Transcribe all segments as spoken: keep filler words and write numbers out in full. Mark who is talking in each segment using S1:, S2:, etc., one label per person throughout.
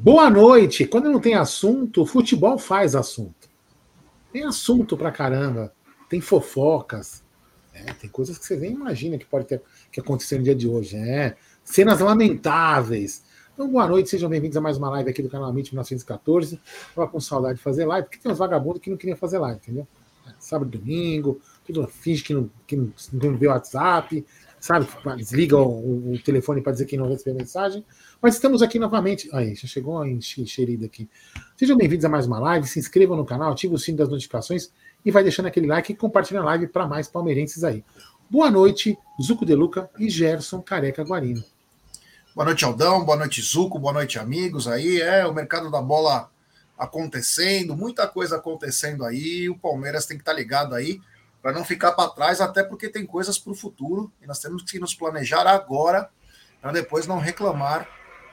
S1: Boa noite. Quando não tem assunto, o futebol faz assunto. Tem assunto pra caramba. Tem fofocas. É, tem coisas que você nem imagina que pode ter que acontecer no dia de hoje. É. Cenas lamentáveis. Então, boa noite, sejam bem-vindos a mais uma live aqui do canal Amit mil novecentos e quatorze. Tava com saudade de fazer live, porque tem uns vagabundos que não queriam fazer live, entendeu? É, sábado e domingo, tudo finge que não, que não, não vê o WhatsApp, sabe? Desliga o, o telefone para dizer que não recebeu mensagem. Mas estamos aqui novamente. Aí, já chegou a encherida aqui. Sejam bem-vindos a mais uma live. Se inscrevam no canal, ativem o sino das notificações e vai deixando aquele like e compartilha a live para mais palmeirenses aí. Boa noite, Zuco De Luca e Gerson Careca Guarino.
S2: Boa noite, Aldão. Boa noite, Zuco. Boa noite, amigos. Aí é o mercado da bola acontecendo, muita coisa acontecendo aí. O Palmeiras tem que estar ligado aí para não ficar para trás, até porque tem coisas para o futuro e nós temos que nos planejar agora para depois não reclamar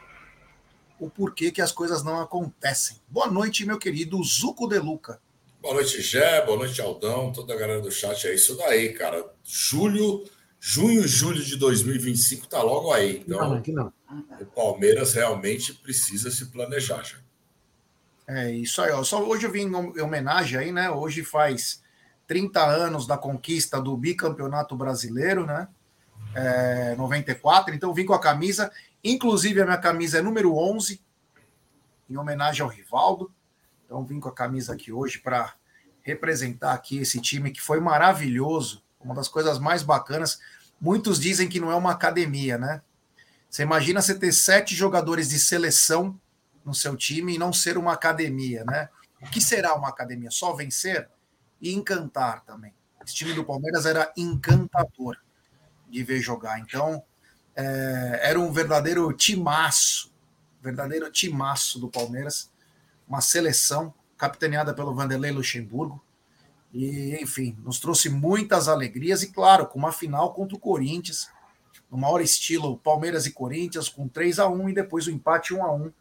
S2: o porquê que as coisas não acontecem. Boa noite, meu querido Zuco De Luca.
S3: Boa noite, Gé. Boa noite, Aldão. Toda a galera do chat. É isso daí, cara. Julho, junho, julho de dois mil e vinte e cinco tá logo aí. Então,
S1: não, aqui não.
S3: O Palmeiras realmente precisa se planejar já.
S2: É isso aí, ó. Só hoje eu vim em homenagem aí, né? Hoje faz trinta anos da conquista do bicampeonato brasileiro, né? É, noventa e quatro. Então eu vim com a camisa. Inclusive a minha camisa é número onze, em homenagem ao Rivaldo. Então vim com a camisa aqui hoje para representar aqui esse time que foi maravilhoso. Uma das coisas mais bacanas. Muitos dizem que não é uma academia, né? Você imagina você ter sete jogadores de seleção no seu time e não ser uma academia, né? O que será uma academia? Só vencer e encantar também. Esse time do Palmeiras era encantador de ver jogar. Então, é, era um verdadeiro timaço, verdadeiro timaço do Palmeiras. Uma seleção capitaneada pelo Vanderlei Luxemburgo. E, enfim, nos trouxe muitas alegrias e, claro, com uma final contra o Corinthians, no maior estilo Palmeiras e Corinthians, com três a um e depois o empate um a um.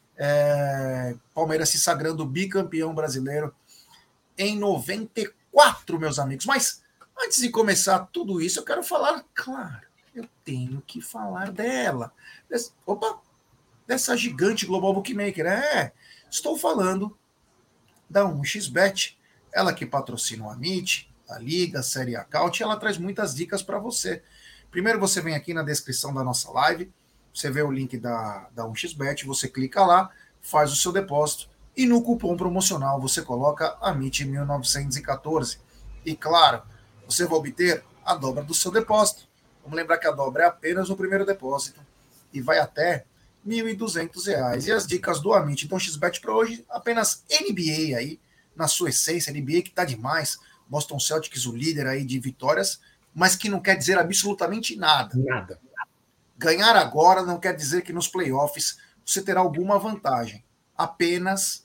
S2: É, Palmeiras se sagrando bicampeão brasileiro em noventa e quatro, meus amigos. Mas antes de começar tudo isso, eu quero falar, claro, eu tenho que falar dela. Dessa, opa, dessa gigante Global Bookmaker. É, estou falando da um x bet, ela que patrocina o Amit, a Liga, a Série Acaute, ela traz muitas dicas para você. Primeiro você vem aqui na descrição da nossa live, você vê o link da, da um x bet, você clica lá, faz o seu depósito e no cupom promocional você coloca Amit mil novecentos e quatorze. E claro, você vai obter a dobra do seu depósito. Vamos lembrar que a dobra é apenas no primeiro depósito e vai até mil e duzentos reais. E as dicas do Amit, então X bet para hoje, apenas N B A aí, na sua essência, N B A que tá demais, Boston Celtics, o líder aí de vitórias, mas que não quer dizer absolutamente nada.
S1: Nada.
S2: Ganhar agora não quer dizer que nos playoffs você terá alguma vantagem. Apenas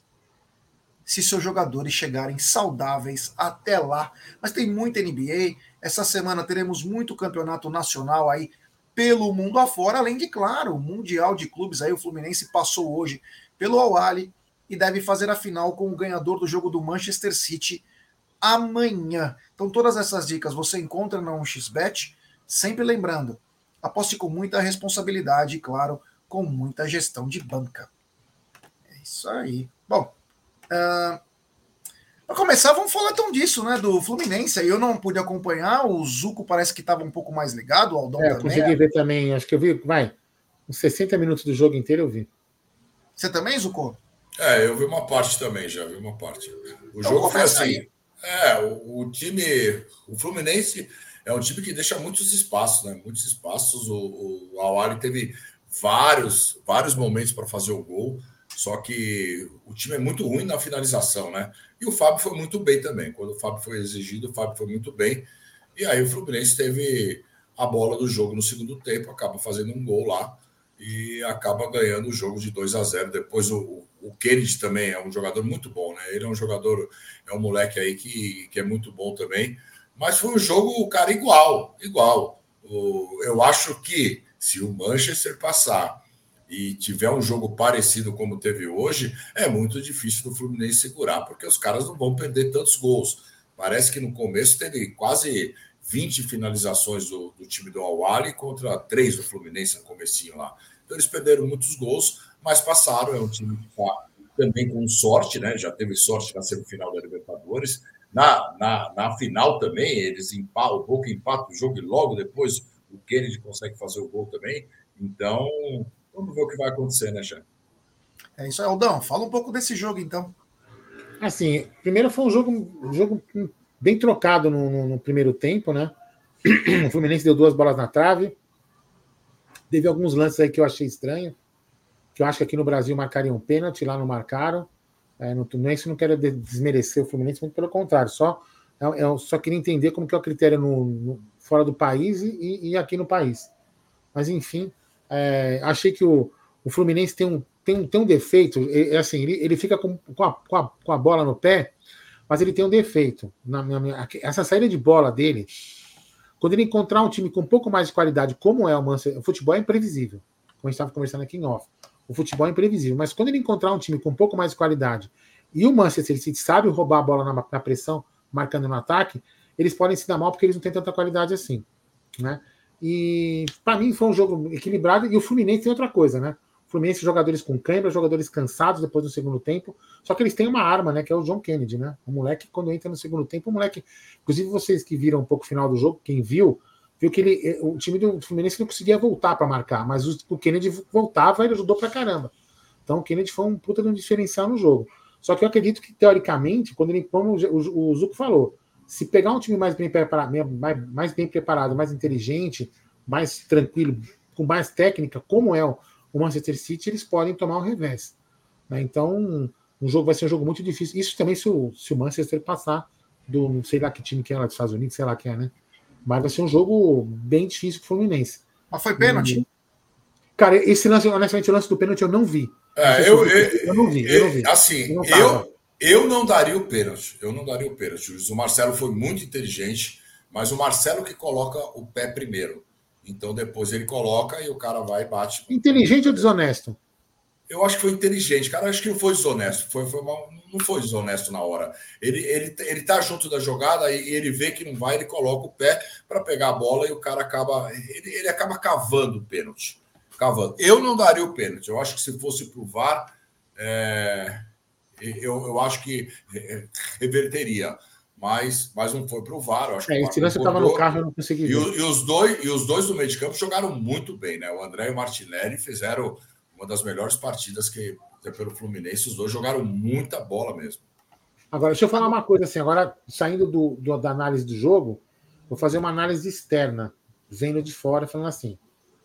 S2: se seus jogadores chegarem saudáveis até lá. Mas tem muita N B A. Essa semana teremos muito campeonato nacional aí pelo mundo afora, além de, claro, o Mundial de Clubes. Aí o Fluminense passou hoje pelo Al-Ahly e deve fazer a final com o ganhador do jogo do Manchester City amanhã. Então todas essas dicas você encontra na um x bet, sempre lembrando, aposte com muita responsabilidade e, claro, com muita gestão de banca. É isso aí. Bom, uh, para começar, vamos falar então disso, né, do Fluminense. Eu não pude acompanhar, o Zuco parece que estava um pouco mais ligado, o Aldão
S1: é,
S2: também.
S1: Consegui ver também, acho que eu vi, vai, uns sessenta minutos do jogo inteiro eu vi.
S2: Você também, Zuco?
S3: É, eu vi uma parte também, já vi uma parte. O então, jogo foi assim... Aí. É, o, o time, o Fluminense é um time que deixa muitos espaços, né? Muitos espaços. O, o Al-Ahly teve vários, vários momentos para fazer o gol, só que o time é muito ruim na finalização, né? E o Fábio foi muito bem também. Quando o Fábio foi exigido, o Fábio foi muito bem. E aí o Fluminense teve a bola do jogo no segundo tempo, acaba fazendo um gol lá e acaba ganhando o jogo de dois a zero. Depois o O Kennedy também é um jogador muito bom, né? Ele é um jogador, é um moleque aí que, que é muito bom também. Mas foi um jogo, cara, igual, igual. O, eu acho que se o Manchester passar e tiver um jogo parecido como teve hoje, é muito difícil do Fluminense segurar, porque os caras não vão perder tantos gols. Parece que no começo teve quase vinte finalizações do, do time do Al-Ahly contra três do Fluminense no comecinho lá. então eles perderam muitos gols, mas passaram. É um time que está também com sorte, né? Já teve sorte na semifinal da Libertadores. Na, na, na final também, eles empatam, o Boca empata o jogo e logo depois o Kennedy consegue fazer o gol também. Então, vamos ver o que vai acontecer, né, Jean?
S2: É isso aí, Aldão. Fala um pouco desse jogo, então.
S1: Assim, primeiro foi um jogo, um jogo bem trocado no, no, no primeiro tempo, né? O Fluminense deu duas bolas na trave. Teve alguns lances aí que eu achei estranho, que eu acho que aqui no Brasil marcariam um pênalti, lá não marcaram. É, não, não é isso, não quero desmerecer o Fluminense, muito pelo contrário. Só, é, eu só queria entender como que é o critério no, no, fora do país e, e aqui no país. Mas, enfim, é, achei que o, o Fluminense tem um, tem, tem um defeito. É, assim, ele, ele fica com, com, a, com, a, com a bola no pé, mas ele tem um defeito. Na, na, essa saída de bola dele, quando ele encontrar um time com um pouco mais de qualidade, como é o Manchester, o futebol é imprevisível. Como a gente estava conversando aqui em off. O futebol é imprevisível. Mas quando ele encontrar um time com um pouco mais de qualidade e o Manchester City sabe roubar a bola na, na pressão, marcando no ataque, eles podem se dar mal porque eles não têm tanta qualidade assim, né? E para mim foi um jogo equilibrado. E o Fluminense tem outra coisa, né? O Fluminense, jogadores com cãibra, jogadores cansados depois do segundo tempo. Só que eles têm uma arma, né? Que é o John Kennedy, né? O moleque, quando entra no segundo tempo, o moleque. Inclusive, vocês que viram um pouco o final do jogo, quem viu, viu que ele, o time do Fluminense não conseguia voltar para marcar, mas o, o Kennedy voltava e ele ajudou pra caramba. Então o Kennedy foi um puta de um diferencial no jogo. Só que eu acredito que, teoricamente, quando ele, como o, o Zuco falou, se pegar um time mais bem preparado, mais, mais bem preparado, mais inteligente, mais tranquilo, com mais técnica, como é o, o Manchester City, eles podem tomar um revés. Né? Então, o jogo vai ser um jogo muito difícil. Isso também se o, se o Manchester passar do, não sei lá que time que é lá dos Estados Unidos, sei lá que é, né? Mas vai ser um jogo bem difícil pro Fluminense.
S2: Mas foi pênalti?
S1: E, cara, esse lance, honestamente, o lance do pênalti eu não vi.
S3: É, eu, eu,
S1: eu não vi, eu não vi.
S3: Assim,
S1: eu,
S3: eu, eu não daria o pênalti. Eu não daria o pênalti. O Marcelo foi muito inteligente, mas o Marcelo que coloca o pé primeiro. Então depois ele coloca e o cara vai e bate.
S1: Inteligente ou desonesto?
S3: Eu acho que foi inteligente, cara. Eu acho que não foi desonesto. Foi, foi mal, não foi desonesto na hora. Ele, ele, ele tá junto da jogada e ele vê que não vai, ele coloca o pé para pegar a bola e o cara acaba. Ele, ele acaba cavando o pênalti. Cavando. Eu não daria o pênalti. Eu acho que se fosse pro V A R, é, eu, eu acho que reverteria. Mas, mas não foi pro V A R. Eu acho que
S1: é,
S3: o
S1: se você estava no carro, eu não consegui ver.
S3: E, e, os dois, e os dois do meio de campo jogaram muito bem, né? O André e o Martinelli fizeram uma das melhores partidas que pelo Fluminense. Os dois jogaram muita bola mesmo.
S1: Agora, deixa eu falar uma coisa assim. Agora, saindo do, do, da análise do jogo, vou fazer uma análise externa, vendo de fora, falando assim.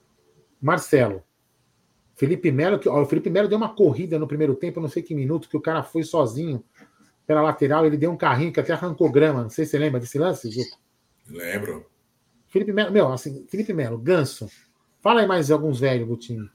S1: Marcelo, Felipe Melo, que, ó, o Felipe Melo deu uma corrida no primeiro tempo, não sei que minuto, que o cara foi sozinho pela lateral, ele deu um carrinho que até arrancou grama. Não sei se você lembra desse lance, Zuco?
S3: Lembro.
S1: Felipe Melo, meu, assim, Felipe Melo, Ganso. Fala aí mais alguns velhos do time.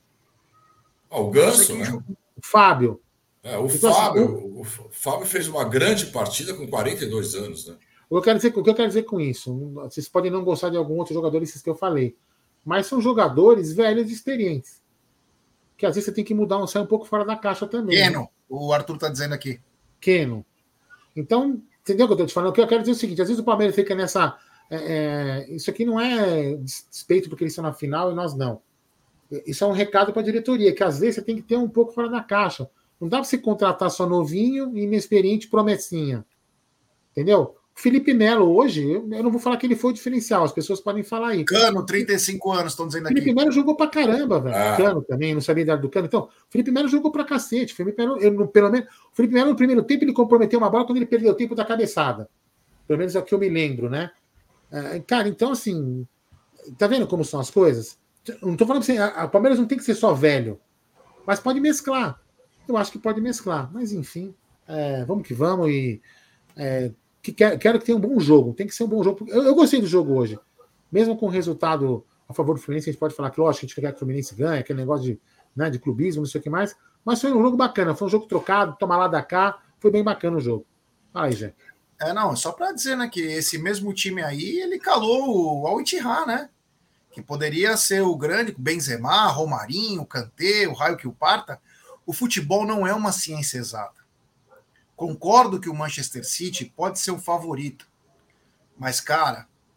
S3: Oh, o Ganso, né?
S1: O Fábio.
S3: É, o então, Fábio. Assim, o... o Fábio fez uma grande partida com quarenta e dois anos, né?
S1: O que eu quero dizer, o que eu quero dizer com isso? Vocês podem não gostar de algum outro jogador desses que eu falei, mas são jogadores velhos e experientes. Que às vezes você tem que mudar, sair um pouco fora da caixa também.
S2: Keno,
S1: né?
S2: O Arthur tá dizendo aqui.
S1: Keno. Então, entendeu o que eu tô te falando? O que eu quero dizer é o seguinte: às vezes o Palmeiras fica nessa. É, é, isso aqui não é despeito porque eles estão na final e nós não. Isso é um recado para a diretoria, que às vezes você tem que ter um pouco fora da caixa. Não dá para você contratar só novinho e inexperiente promessinha. Entendeu? O Felipe Melo, hoje, eu não vou falar que ele foi o diferencial, as pessoas podem falar aí.
S2: Cano, trinta e cinco anos, estão dizendo aqui.
S1: Felipe Melo jogou pra caramba, velho. Ah. Cano também, não sabia da do Cano. Então, o Felipe Melo jogou pra cacete. O Felipe Melo, eu, pelo menos, o Felipe Melo, no primeiro tempo, ele comprometeu uma bola quando ele perdeu o tempo da cabeçada. Pelo menos é o que eu me lembro, né? É, cara, então, assim, tá vendo como são as coisas? Não tô falando que o Palmeiras não tem que ser só velho, mas pode mesclar. Eu acho que pode mesclar. Mas, enfim, é, vamos que vamos e. É, que quero, quero que tenha um bom jogo. Tem que ser um bom jogo. Eu, eu gostei do jogo hoje. Mesmo com o resultado a favor do Fluminense, a gente pode falar que, lógico, a gente quer que o Fluminense ganhe, aquele negócio de, né, de clubismo, não sei o que mais. Mas foi um jogo bacana. Foi um jogo trocado, toma lá da cá. Foi bem bacana o jogo. Fala aí, gente.
S2: É, não, só para dizer, né, que esse mesmo time aí, ele calou o Al-Ittihad, né? Que poderia ser o grande Benzema, Romarinho, Kanté, o raio que o parta. O futebol não é uma ciência exata. Concordo que o Manchester City pode ser o favorito. Mas, cara,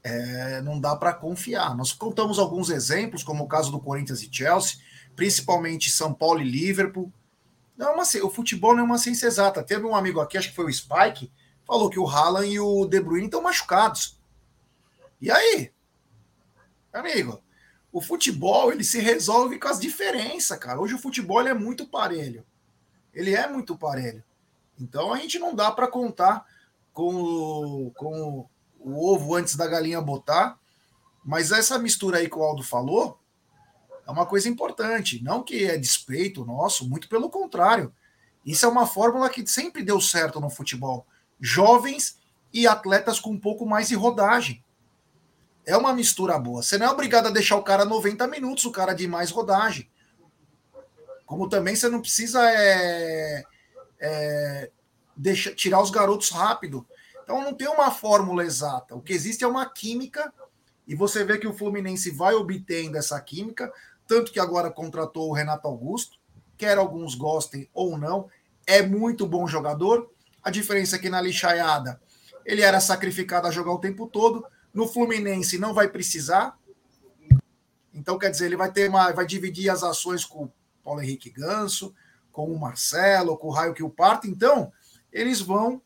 S2: é, não dá para confiar. Nós contamos alguns exemplos, como o caso do Corinthians e Chelsea, principalmente São Paulo e Liverpool. Não é uma, o futebol não é uma ciência exata. Teve um amigo aqui, acho que foi o Spike, falou que o Haaland e o De Bruyne estão machucados. E aí? Amigo, o futebol ele se resolve com as diferenças, cara. Hoje o futebol ele é muito parelho. Ele é muito parelho. Então a gente não dá para contar com o, com o ovo antes da galinha botar. Mas essa mistura aí que o Aldo falou é uma coisa importante. Não que é despeito nosso, muito pelo contrário. Isso é uma fórmula que sempre deu certo no futebol. Jovens e atletas com um pouco mais de rodagem. É uma mistura boa. Você não é obrigado a deixar o cara noventa minutos, o cara de mais rodagem. Como também você não precisa é, é, deixa, tirar os garotos rápido. Então não tem uma fórmula exata. O que existe é uma química e você vê que o Fluminense vai obtendo essa química, tanto que agora contratou o Renato Augusto, quer alguns gostem ou não, é muito bom jogador. A diferença é que na lixaiada ele era sacrificado a jogar o tempo todo. No Fluminense não vai precisar. Então, quer dizer, ele vai ter uma, vai dividir as ações com o Paulo Henrique Ganso, com o Marcelo, com o Raio que o parta. Então, eles vão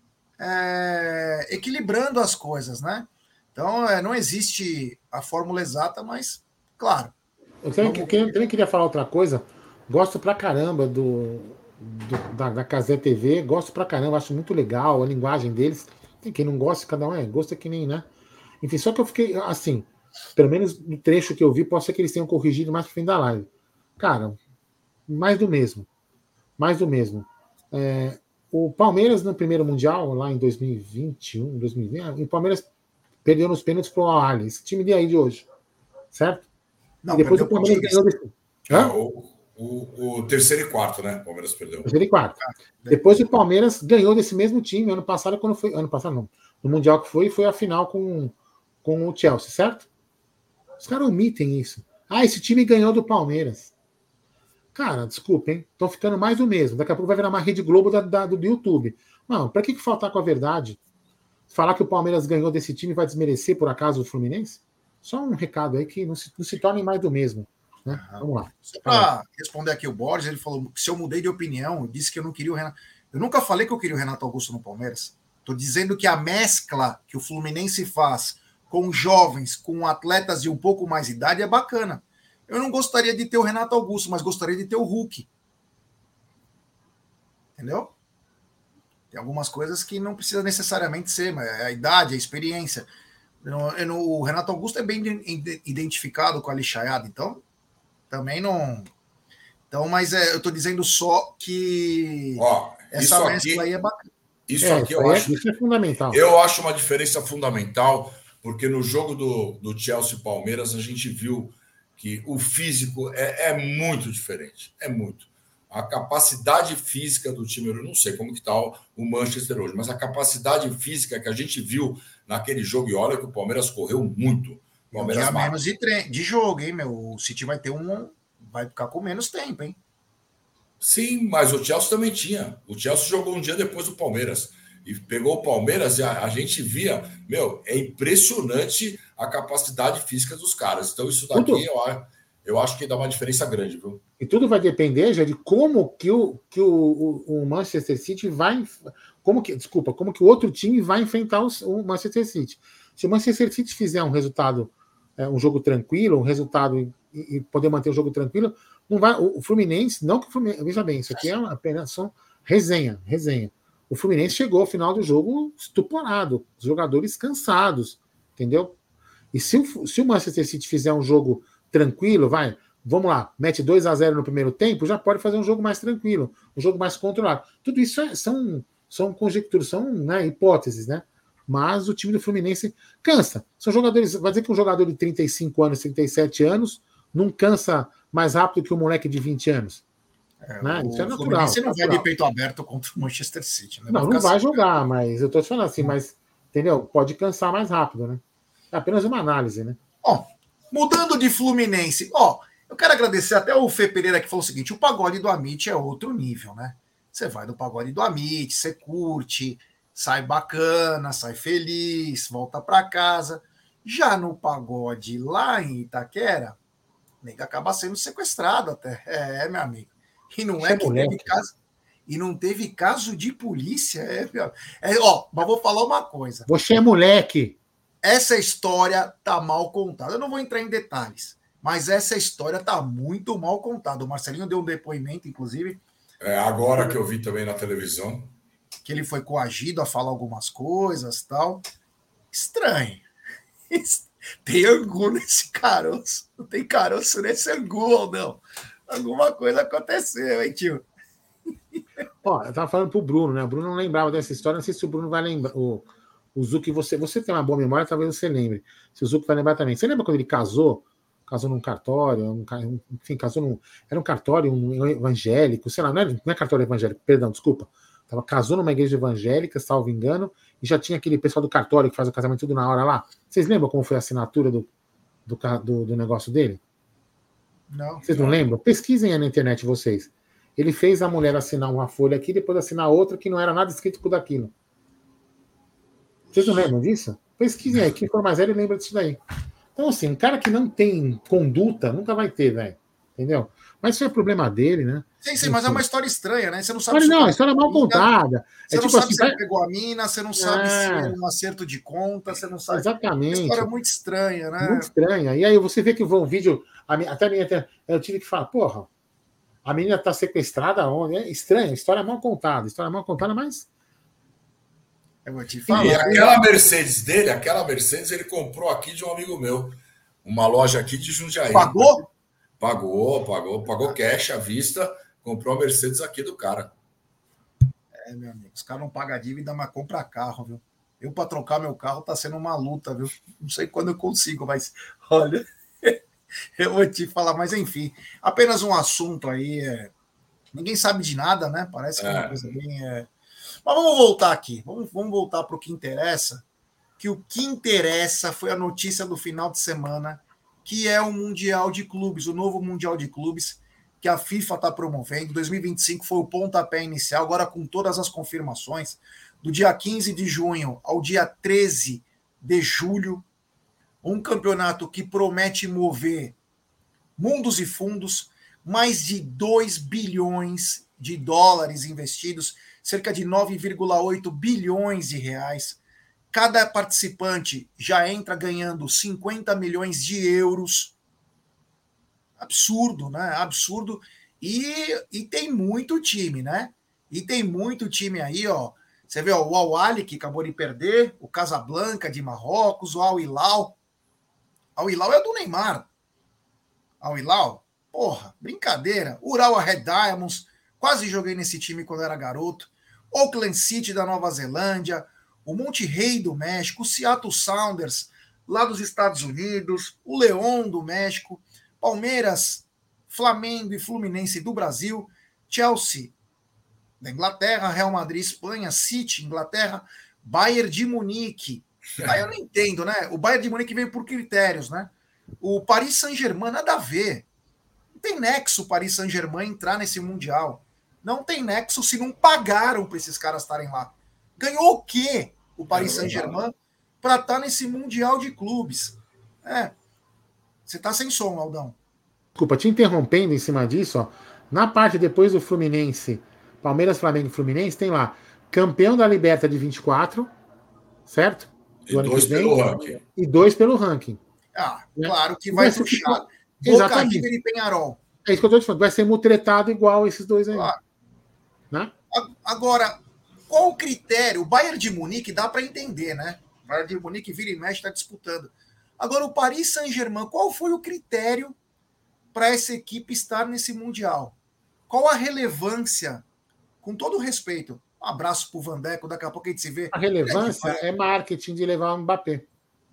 S2: é, equilibrando as coisas, né? Então, é, não existe a fórmula exata, mas, claro.
S1: Eu também, vamos... eu também queria falar outra coisa. Gosto pra caramba do, do da, da Cazé T V. Gosto pra caramba, acho muito legal a linguagem deles. Tem quem não gosta, cada um é. Gosto é que nem, né? Enfim, só que eu fiquei assim, pelo menos no trecho que eu vi, pode ser que eles tenham corrigido mais pro fim da live. Cara, mais do mesmo. Mais do mesmo. É, o Palmeiras no primeiro Mundial, lá em dois mil e vinte e um, dois mil e vinte, o Palmeiras perdeu nos pênaltis pro Al-Ahly, esse time de aí de hoje. Certo?
S2: Não,
S1: e depois o Palmeiras ganhou desse...
S3: ah, o, o, o terceiro e quarto, né? O Palmeiras perdeu.
S1: Terceiro e quarto. Depois o Palmeiras ganhou desse mesmo time ano passado, quando foi. Ano passado não. No Mundial que foi, foi a final com. com o Chelsea, certo? Os caras omitem isso. Ah, esse time ganhou do Palmeiras. Cara, desculpa, hein? Estão ficando mais do mesmo. Daqui a pouco vai virar uma Rede Globo da, da, do YouTube. Não, pra que, que faltar com a verdade? Falar que o Palmeiras ganhou desse time vai desmerecer, por acaso, o Fluminense? Só um recado aí que não se, não se torne mais do mesmo. Né? Uhum. Vamos lá.
S2: Só para responder aqui o Borges, ele falou que se eu mudei de opinião, eu disse que eu não queria o Renato. Eu nunca falei que eu queria o Renato Augusto no Palmeiras. Estou dizendo que a mescla que o Fluminense faz com jovens, com atletas de um pouco mais de idade, é bacana. Eu não gostaria de ter o Renato Augusto, mas gostaria de ter o Hulk. Entendeu? Tem algumas coisas que não precisa necessariamente ser, mas é a idade, a experiência. Eu não, eu não, o Renato Augusto é bem identificado com a lixaiada, então também não... Então, mas é, eu estou dizendo só que
S3: Ó,
S2: essa mescla aqui, aí é bacana.
S3: Isso é, aqui eu
S1: é,
S3: acho...
S1: Isso é fundamental.
S3: Eu acho uma diferença fundamental, porque no jogo do, do Chelsea e Palmeiras a gente viu que o físico é, é muito diferente. É muito. A capacidade física do time, eu não sei como que está o, o Manchester hoje, mas a capacidade física que a gente viu naquele jogo, e olha que o Palmeiras correu muito. O Palmeiras
S2: um menos de, tre- de jogo, hein, meu? O City vai ter um... vai ficar com menos tempo, hein?
S3: Sim, mas o Chelsea também tinha. O Chelsea jogou um dia depois do Palmeiras. E pegou o Palmeiras e a, a gente via, meu, é impressionante a capacidade física dos caras. Então, isso daqui eu, eu acho que dá uma diferença grande, viu?
S1: E tudo vai depender, já, de como que o, que o, o, o Manchester City vai. Como que, desculpa, como que o outro time vai enfrentar os, o Manchester City. Se o Manchester City fizer um resultado, é, um jogo tranquilo, um resultado e, e poder manter o jogo tranquilo, não vai. O, o Fluminense, não que o Fluminense. Veja bem, isso aqui é apenas só resenha, resenha. O Fluminense chegou ao final do jogo estuporado, os jogadores cansados, entendeu? E se o, se o Manchester City fizer um jogo tranquilo, vai, vamos lá, mete dois a zero no primeiro tempo, já pode fazer um jogo mais tranquilo, um jogo mais controlado. Tudo isso é, são, são conjecturas, são, né, hipóteses, né? Mas o time do Fluminense cansa. São jogadores, vai dizer que um jogador de trinta e cinco anos, trinta e sete anos, não cansa mais rápido que um moleque de vinte anos.
S2: É,
S1: né?
S2: o
S1: Isso é natural.
S2: Você não
S1: natural.
S2: vai de peito aberto contra o Manchester City. Né?
S1: Não, não vai
S2: assim,
S1: jogar,
S2: cara.
S1: Mas eu tô te falando assim, mas, entendeu? Pode cansar mais rápido, né? É apenas uma análise, né?
S2: Ó, mudando de Fluminense, ó, eu quero agradecer até o Fê Pereira que falou o seguinte: o pagode do Amit é outro nível, né? Você vai no pagode do Amit, você curte, sai bacana, sai feliz, volta para casa. Já no pagode lá em Itaquera, o nego acaba sendo sequestrado até. É, meu amigo. E não é, é que moleque. teve caso. E não teve caso de polícia. É, é, ó, mas vou falar uma coisa.
S1: Você é moleque.
S2: Essa história tá mal contada. Eu não vou entrar em detalhes, mas essa história tá muito mal contada. O Marcelinho deu um depoimento, inclusive.
S3: É, agora que eu vi também na televisão.
S2: Que ele foi coagido a falar algumas coisas e tal. Estranho. Tem angu nesse caroço. Não tem caroço nesse angu ou não? Alguma coisa aconteceu, hein, tio?
S1: Ó, eu tava falando pro Bruno, né? O Bruno não lembrava dessa história. Não sei se o Bruno vai lembrar. O, o Zuki, você, você tem uma boa memória, talvez você lembre. Se o Zuki vai lembrar também. Você lembra quando ele casou? Casou num cartório, um, enfim, casou num. Era um cartório um evangélico, sei lá, não é, não é cartório evangélico, perdão, desculpa. Tava, casou numa igreja evangélica, salvo engano, e já tinha aquele pessoal do cartório que faz o casamento tudo na hora lá. Vocês lembram como foi a assinatura do, do, do, do negócio dele?
S2: Não.
S1: Vocês não lembram? Pesquisem aí na internet vocês. Ele fez a mulher assinar uma folha aqui, depois assinar outra que não era nada escrito por daquilo. Vocês não lembram disso? Pesquisem aí. Quem for mais velho lembra disso daí. Então, assim, um cara que não tem conduta nunca vai ter, velho. Entendeu? Mas isso é problema dele, né?
S2: Sim, sim, mas é uma história estranha, né? Você não sabe
S1: mas
S2: se
S1: não, a história é mal contada.
S2: Você
S1: é
S2: não
S1: tipo
S2: sabe
S1: assim,
S2: se
S1: vai...
S2: ele pegou a mina, você não sabe é... se é um acerto de conta, você não sabe.
S1: Exatamente.
S2: Uma história muito estranha, né?
S1: Muito estranha. E aí você vê que um vídeo, até a minha, eu tive que falar, porra, a menina tá sequestrada onde? É estranha, história mal contada, história mal contada, mas.
S2: Eu vou te falar.
S3: E aquela Mercedes dele, aquela Mercedes ele comprou aqui de um amigo meu. Uma loja aqui de Jundiaí.
S2: Pagou?
S3: Pagou, pagou, pagou cash à vista, comprou a Mercedes aqui do cara.
S2: É, meu amigo, os caras não pagam a dívida, mas compra carro, viu? Eu, para trocar meu carro, tá sendo uma luta, viu? Não sei quando eu consigo, mas olha, eu vou te falar, mas enfim, apenas um assunto aí. É... Ninguém sabe de nada, né? Parece que é uma coisa bem. É... Mas vamos voltar aqui, vamos, vamos voltar para o que interessa. Que o que interessa foi a notícia do final de semana, que é o Mundial de Clubes, o novo Mundial de Clubes que a FIFA está promovendo. dois mil e vinte e cinco foi o pontapé inicial, agora com todas as confirmações, do dia quinze de junho ao dia treze de julho, um campeonato que promete mover mundos e fundos, mais de dois bilhões de dólares investidos, cerca de nove vírgula oito bilhões de reais. Cada participante já entra ganhando cinquenta milhões de euros. Absurdo, né? Absurdo. E, e tem muito time, né? E tem muito time aí, ó. Você vê ó, o Al-Ahly, que acabou de perder, o Casablanca de Marrocos, o Al-Hilal. Al-Hilal é do Neymar. Al-Hilal? Porra, brincadeira. Urawa Red Diamonds, quase joguei nesse time quando era garoto. Auckland City da Nova Zelândia, o Monterrey do México, o Seattle Sounders lá dos Estados Unidos, o León do México, Palmeiras, Flamengo e Fluminense do Brasil, Chelsea da Inglaterra, Real Madrid, Espanha, City, Inglaterra, Bayern de Munique. Aí eu não entendo, né? O Bayern de Munique veio por critérios, né? O Paris Saint-Germain, nada a ver. Não tem nexo o Paris Saint-Germain entrar nesse Mundial. Não tem nexo se não pagaram para esses caras estarem lá. Ganhou o quê o Paris Saint-Germain para estar nesse Mundial de Clubes? É. Você tá sem som, Aldão.
S1: Desculpa, te interrompendo em cima disso, ó. Na parte depois do Fluminense, Palmeiras, Flamengo e Fluminense, tem lá campeão da Liberta de vinte e quatro, certo?
S3: Do e dois pelo ranking.
S1: E dois pelo ranking.
S2: Ah, né? Claro que vai pro chato. Boca River e Peñarol.
S1: É isso que eu tô te falando. Vai ser mutretado igual esses dois aí.
S2: Claro.
S1: Né?
S2: Agora, qual o critério? O Bayern de Munique dá para entender, né? O Bayern de Munique vira e mexe, está disputando. Agora, o Paris Saint-Germain, qual foi o critério para essa equipe estar nesse Mundial? Qual a relevância? Com todo o respeito. Um abraço pro Vandeco, daqui a pouco a gente se vê.
S1: A relevância é, é marketing de levar o Mbappé.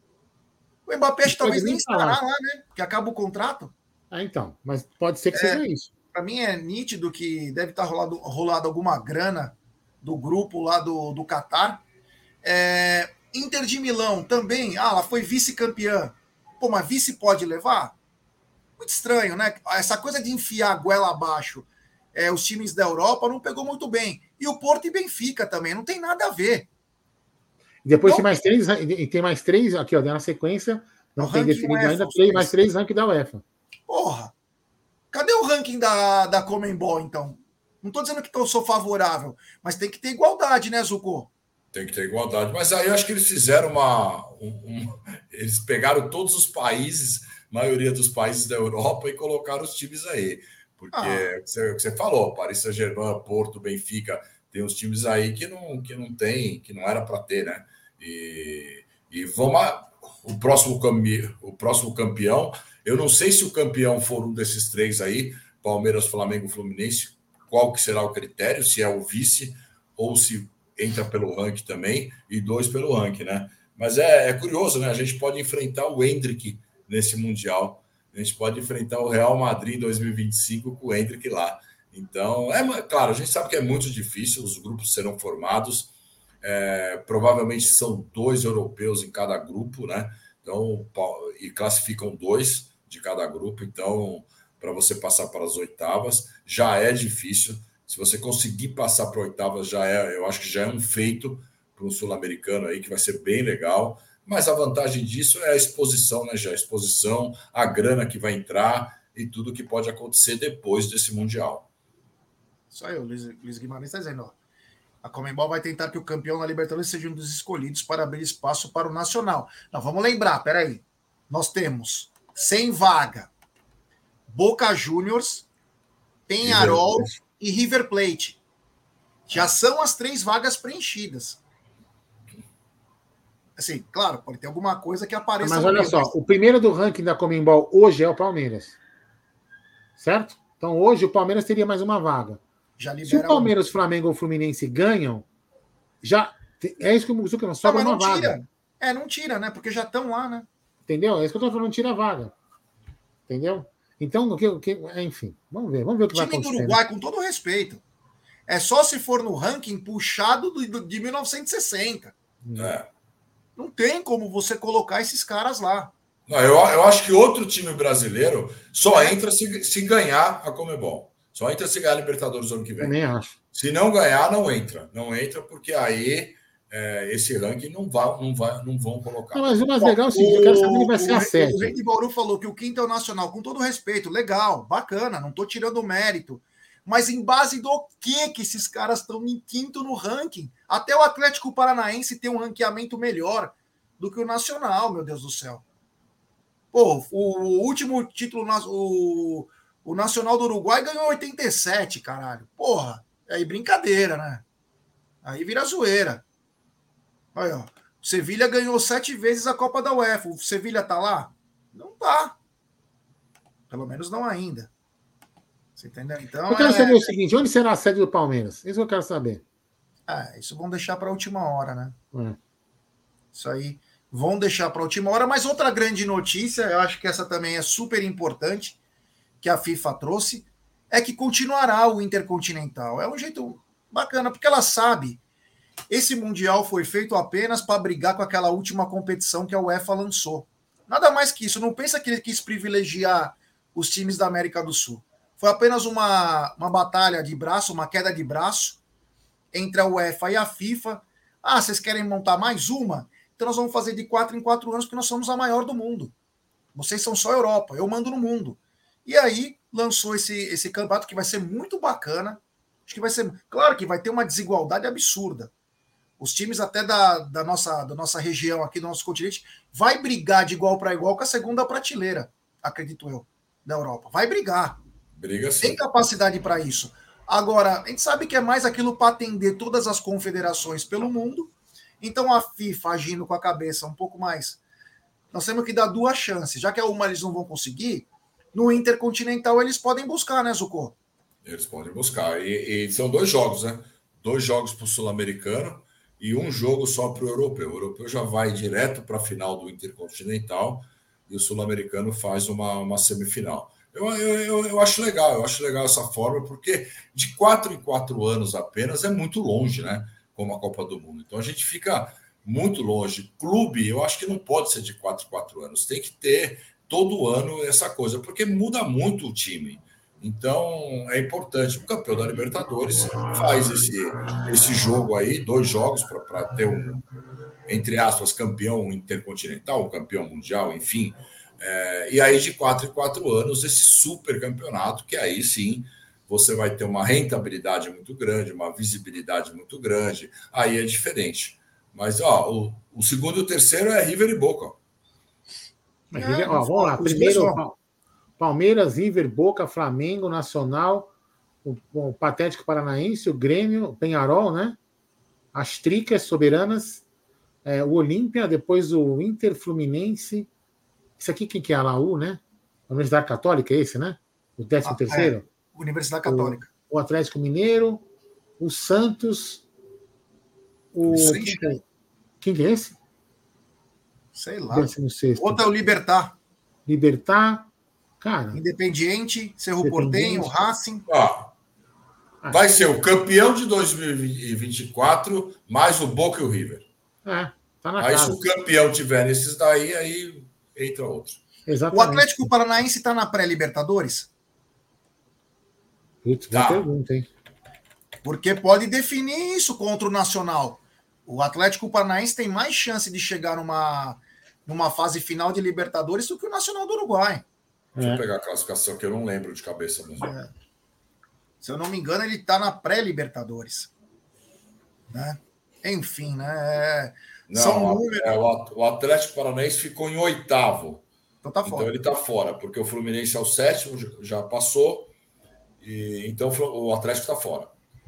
S2: O Mbappé talvez nem estará lá, né? Porque acaba o contrato.
S1: Ah, então. Mas pode ser que
S2: é,
S1: seja isso.
S2: Para mim é nítido que deve estar rolado, rolado alguma grana do grupo lá do, do Catar. É, Inter de Milão também. Ah, ela foi vice-campeã. Pô, mas vice pode levar? Muito estranho, né? Essa coisa de enfiar a goela abaixo é, os times da Europa não pegou muito bem. E o Porto e Benfica também. Não tem nada a ver.
S1: Depois não, tem mais três, e tem mais três, aqui, ó, na sequência, não tem definido UEFA, ainda, três, mais três rankings da UEFA.
S2: Porra! Cadê o ranking da, da Conmebol, então? Não tô dizendo que eu sou favorável, mas tem que ter igualdade, né, Zucco?
S3: Tem que ter igualdade. Mas aí eu acho que eles fizeram uma... Um, um, eles pegaram todos os países, maioria dos países da Europa, e colocaram os times aí. Porque ah. você, você falou, Paris Saint-Germain, Porto, Benfica, tem uns times aí que não, que não tem, que não era para ter, né? E, e vamos... O próximo, campe, o próximo campeão, eu não sei se o campeão for um desses três aí, Palmeiras, Flamengo, Fluminense, qual que será o critério, se é o vice ou se entra pelo ranking também, e dois pelo ranking, né? Mas é, é curioso, né? A gente pode enfrentar o Endrick nesse Mundial, a gente pode enfrentar o Real Madrid em dois mil e vinte e cinco com o Endrick lá. Então, é claro, a gente sabe que é muito difícil, os grupos serão formados, é, provavelmente são dois europeus em cada grupo, né? Então, e classificam dois de cada grupo, então, para você passar para as oitavas, já é difícil. Se você conseguir passar para oitavas, já é, eu acho que já é um feito para um sul-americano aí, que vai ser bem legal. Mas a vantagem disso é a exposição, né, já? A exposição, a grana que vai entrar e tudo que pode acontecer depois desse Mundial.
S2: Isso aí, o Luiz, Luiz Guimarães está dizendo, ó. A Conmebol vai tentar que o campeão da Libertadores seja um dos escolhidos para abrir espaço para o Nacional. Não, vamos lembrar, peraí. Nós temos sem vaga Boca Juniors, Peñarol e River Plate. Já são as três vagas preenchidas. Assim, claro, pode ter alguma coisa que apareça.
S1: Mas olha só, o primeiro do ranking da Conmebol hoje é o Palmeiras. Certo? Então hoje o Palmeiras teria mais uma vaga. Já Se o Palmeiras, um... Flamengo ou Fluminense ganham, já é isso que o Zucca não sobra uma vaga.
S2: Tira. É, não tira, né? Porque já estão lá, né?
S1: Entendeu? É isso que eu tô falando, tira a vaga. Entendeu? Então, o que, o que, enfim, vamos ver, vamos ver o que vai acontecer.
S2: O time do Uruguai, né? Com todo respeito, é só se for no ranking puxado do, do, de mil novecentos e sessenta.
S3: É.
S2: Não tem como você colocar esses caras lá.
S3: Não, eu, eu acho que outro time brasileiro só é. entra se, se ganhar a Conmebol. Só entra se ganhar a Libertadores ano que vem.
S1: Também acho.
S3: Se não ganhar, não entra. Não entra porque aí é, esse ranking não, vai, não, vai, não vão colocar.
S1: Não, mas o mais legal é o seguinte, eu quero saber quem vai ser a sede.
S2: O Rei de Bauru falou que o quinto é o Nacional, com todo respeito, legal, bacana, não estou tirando o mérito. Mas em base do que que esses caras estão em quinto no ranking? Até o Atlético Paranaense tem um ranqueamento melhor do que o Nacional, meu Deus do céu. Pô, o último título, o, o Nacional do Uruguai ganhou oitenta e sete, caralho. Porra, aí brincadeira, né? Aí vira zoeira. Olha, ó. O Sevilha ganhou sete vezes a Copa da UEFA. O Sevilha tá lá? Não tá. Pelo menos não ainda. Você entendeu? Então,
S1: eu quero
S2: é...
S1: saber o seguinte, onde será a sede do Palmeiras? Isso eu quero saber.
S2: Ah, isso vão deixar para a última hora, né?
S1: É.
S2: Isso aí vão deixar para a última hora. Mas outra grande notícia, eu acho que essa também é super importante, que a FIFA trouxe, é que continuará o Intercontinental. É um jeito bacana, porque ela sabe, esse Mundial foi feito apenas para brigar com aquela última competição que a UEFA lançou. Nada mais que isso. Não pensa que ele quis privilegiar os times da América do Sul. Foi apenas uma, uma batalha de braço, uma queda de braço entre a UEFA e a FIFA. Ah, vocês querem montar mais uma? Então nós vamos fazer de quatro em quatro anos, porque nós somos a maior do mundo. Vocês são só Europa, eu mando no mundo. E aí lançou esse, esse campeonato que vai ser muito bacana. Acho que vai ser... Claro que vai ter uma desigualdade absurda. Os times até da, da, nossa, da nossa região aqui, do nosso continente, vai brigar de igual para igual com a segunda prateleira, acredito eu, da Europa. Vai brigar.
S3: Briga sim.
S2: Tem capacidade para isso. Agora, a gente sabe que é mais aquilo para atender todas as confederações pelo mundo. Então a FIFA agindo com a cabeça um pouco mais... Nós temos que dar duas chances. Já que a uma eles não vão conseguir, no Intercontinental eles podem buscar, né, Zucco?
S3: Eles podem buscar. E, e são dois jogos, né? Dois jogos para o Sul-Americano e um jogo só para o Europeu. O Europeu já vai direto para a final do Intercontinental e o Sul-Americano faz uma, uma semifinal. Eu, eu, eu acho legal, eu acho legal essa forma, porque de quatro em quatro anos apenas é muito longe, né? Como a Copa do Mundo. Então a gente fica muito longe. Clube, eu acho que não pode ser de quatro em quatro anos. Tem que ter todo ano essa coisa, porque muda muito o time. Então é importante. O campeão da Libertadores faz esse, esse jogo aí, dois jogos para ter um, entre aspas, campeão intercontinental, campeão mundial, enfim. É, e aí, de quatro em quatro anos, esse super campeonato, que aí sim você vai ter uma rentabilidade muito grande, uma visibilidade muito grande. Aí é diferente. Mas ó, o, o segundo e o terceiro é River e Boca.
S1: É, River, ó, vamos lá. Primeiro, Palmeiras, River, Boca, Flamengo, Nacional, o, o Patético Paranaense, o Grêmio, o Penharol, né? As Tricas Soberanas, é, o Olímpia, depois o Inter Fluminense. Isso aqui quem que é? A Laú, né? A Universidade Católica, esse, né? O décimo terceiro?
S2: É, Universidade Católica.
S1: O, o Atlético Mineiro, o Santos, o... Quem que, é? quem que é esse?
S2: Sei lá.
S1: décimo sexto.
S2: Outro é o Libertar.
S1: Libertar, cara.
S2: Independiente, Cerro Porteño, Racing.
S3: Ah, vai ser o campeão de dois mil e vinte e quatro, mais o Boca e o River.
S1: É, tá na
S3: aí,
S1: casa.
S3: se o campeão tiver nesses daí, aí entra outro.
S1: Exatamente.
S2: O Atlético Paranaense está na pré-Libertadores?
S1: Putz, boa
S3: Tá.
S1: pergunta, hein?
S2: Porque pode definir isso contra o Nacional. O Atlético Paranaense tem mais chance de chegar numa, numa fase final de Libertadores do que o Nacional do Uruguai.
S3: Deixa
S1: É.
S3: eu pegar a classificação que eu não lembro de cabeça mesmo.
S2: É. Se eu não me engano, ele está na pré-Libertadores. Né? Enfim, né? É...
S3: Não,
S2: São
S3: a-
S2: números.
S3: é, o Atlético Paranaense ficou em oitavo.
S2: Então tá
S3: Então
S2: fora.
S3: ele está fora, porque o Fluminense é o sétimo, já passou, e então o Atlético está fora.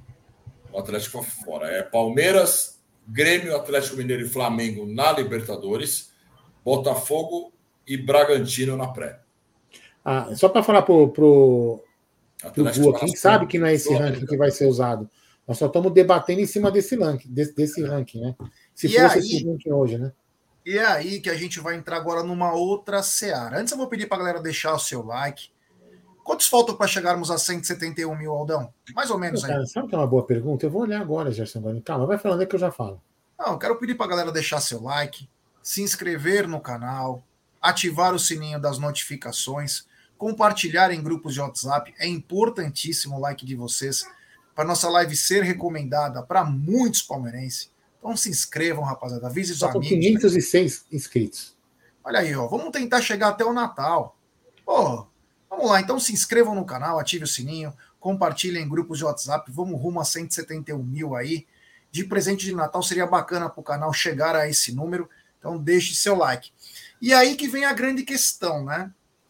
S3: O Atlético está fora. É Palmeiras, Grêmio, Atlético Mineiro e Flamengo na Libertadores, Botafogo e Bragantino na pré.
S1: Ah, só para falar pro, pro, pro
S3: Atlético
S1: Gu, quem sabe que não é esse ranking que vai ser usado. Nós só estamos debatendo em cima desse ranking, desse, desse ranking, né? Se
S2: E
S1: fosse
S2: aí-
S1: esse ranking hoje, né?
S2: E é aí que a gente vai entrar agora numa outra seara. Antes eu vou pedir para a galera deixar o seu like. Quantos faltam para chegarmos a cento e setenta e um mil, Aldão? Mais ou menos
S1: Pô,
S2: aí.
S1: cara, sabe que é uma boa pergunta? Eu vou olhar agora, Gerson Guarani. Calma, vai falando aí que eu já falo.
S2: Não, eu quero pedir para a galera deixar seu like, se inscrever no canal, ativar o sininho das notificações, compartilhar em grupos de WhatsApp. É importantíssimo o like de vocês para nossa live ser recomendada para muitos palmeirenses. Então se inscrevam, rapaziada. Avise os
S1: Só com
S2: amigos.
S1: quinhentos e seis inscritos.
S2: Olha aí, ó. Vamos tentar chegar até o Natal. Pô, vamos lá. Então se inscrevam no canal, ative o sininho, compartilhem em grupos de WhatsApp. Vamos rumo a cento e setenta e um mil aí. De presente de Natal seria bacana para o canal chegar a esse número. Então deixe seu like. E aí que vem a grande questão, né?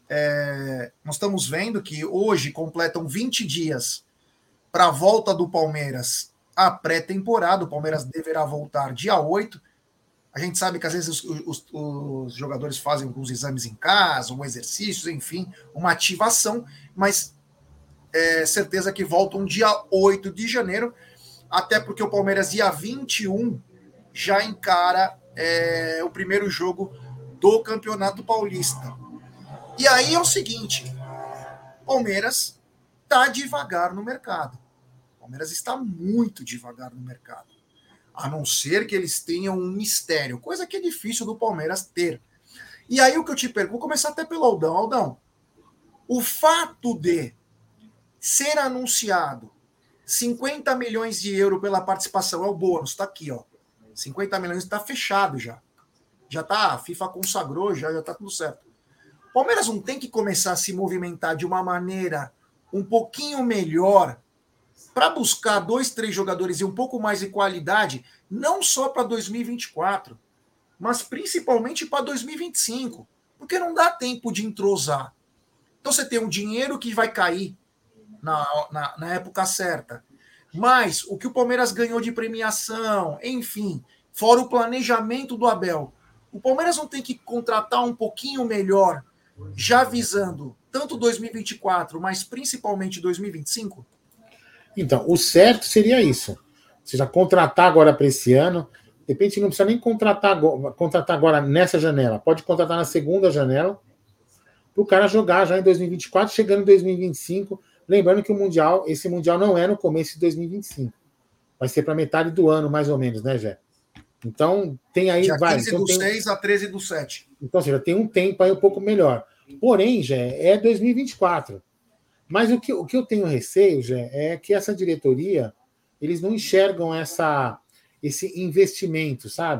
S2: É, nós estamos vendo que hoje completam vinte dias para a volta do Palmeiras à pré-temporada. O Palmeiras deverá voltar dia oito. A gente sabe que às vezes os, os, os jogadores fazem alguns exames em casa, um exercícios, enfim, uma ativação, mas é certeza que voltam dia oito de janeiro, até porque o Palmeiras, dia vinte e um, já encara é, o primeiro jogo do Campeonato Paulista. E aí é o seguinte, Palmeiras está devagar no mercado. O Palmeiras está muito devagar no mercado. A não ser que eles tenham um mistério, coisa que é difícil do Palmeiras ter. E aí o que eu te pergunto, vou começar até pelo Aldão. Aldão, o fato de ser anunciado cinquenta milhões de euros pela participação, é o bônus, está aqui, ó. cinquenta milhões está fechado já. Já tá, a FIFA consagrou, já está tudo certo. O Palmeiras não tem que começar a se movimentar de uma maneira um pouquinho melhor para buscar dois, três jogadores e um pouco mais de qualidade, não só para dois mil e vinte e quatro, mas principalmente para dois mil e vinte e cinco, porque não dá tempo de entrosar. Então você tem um dinheiro que vai cair na, na, na época certa, mas o que o Palmeiras ganhou de premiação, enfim, fora o planejamento do Abel, o Palmeiras não tem que contratar um pouquinho melhor, já visando tanto dois mil e vinte e quatro, mas principalmente dois mil e vinte e cinco?
S1: Então, o certo seria isso. Ou seja, contratar agora para esse ano. De repente, não precisa nem contratar agora, contratar agora nessa janela. Pode contratar na segunda janela para o cara jogar já em dois mil e vinte e quatro, chegando em dois mil e vinte e cinco. Lembrando que o Mundial, esse Mundial não é no começo de dois mil e vinte e cinco. Vai ser para metade do ano, mais ou menos, né, Jé? Então, tem aí...
S2: Dia
S1: vai,
S2: quinze
S1: então
S2: do
S1: tem,
S2: seis a treze do sete.
S1: então, ou seja, tem um tempo aí um pouco melhor. Porém, Jé, é dois mil e vinte e quatro. Mas o que, o que eu tenho receio, Jé, é que essa diretoria, eles não enxergam essa, esse investimento, sabe?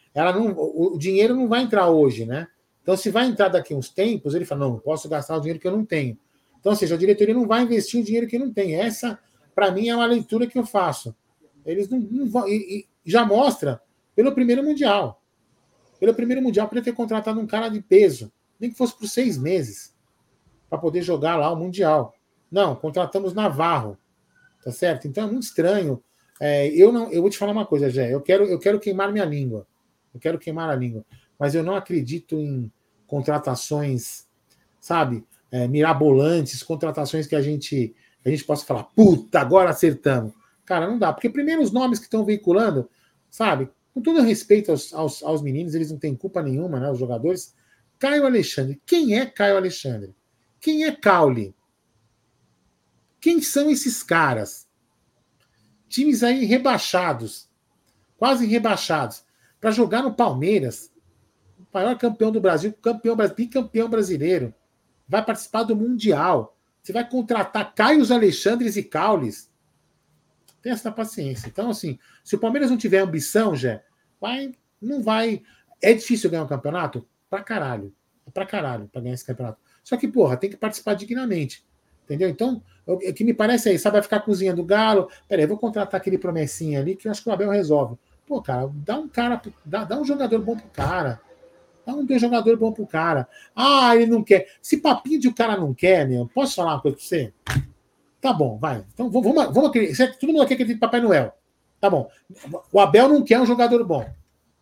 S1: ela não, o, o dinheiro não vai entrar hoje, né? Então, se vai entrar daqui uns tempos, ele fala, não, não posso gastar o dinheiro que eu não tenho. Então, ou seja, a diretoria não vai investir o dinheiro que não tem. Essa, para mim, é uma leitura que eu faço. Eles não, não vão. E, e já mostra pelo primeiro Mundial. Pelo primeiro Mundial, poderia ter contratado um cara de peso, nem que fosse por seis meses, para poder jogar lá o Mundial. Não, contratamos Navarro. Tá certo? Então é muito estranho. É, eu, não, eu vou te falar uma coisa, Jé. Eu quero, eu quero queimar minha língua. Eu quero queimar a língua. Mas eu não acredito em contratações, sabe, é, mirabolantes, contratações que a gente, a gente possa falar, puta, agora acertamos. Cara, não dá. Porque primeiro os nomes que estão veiculando, sabe, com todo respeito aos, aos, aos meninos, eles não têm culpa nenhuma, né, os jogadores. Caio Alexandre. Quem é Caio Alexandre? Quem é Caule? Quem são esses caras? Times aí rebaixados, quase rebaixados, para jogar no Palmeiras, o maior campeão do Brasil, campeão, bicampeão brasileiro, vai participar do Mundial. Você vai contratar Caios Alexandres e Caules. Tem essa paciência. Então, assim, se o Palmeiras não tiver ambição, Jé, vai, não vai. É difícil ganhar um campeonato? Pra caralho. É pra caralho pra ganhar esse campeonato. Só que, porra, tem que participar dignamente. Entendeu? Então, o que me parece é isso, sabe? Vai ficar cozinhando galo. Peraí, eu vou contratar aquele promessinha ali que eu acho que o Abel resolve. Pô, cara, dá um cara, dá, dá um jogador bom pro cara. Dá um jogador bom pro cara. Ah, ele não quer. Se papinho de o cara não quer, meu, posso falar uma coisa pra você? Tá bom, vai. Então vamos, vamos acreditar. Todo mundo aqui acredita em Papai Noel. Tá bom. O Abel não quer um jogador bom.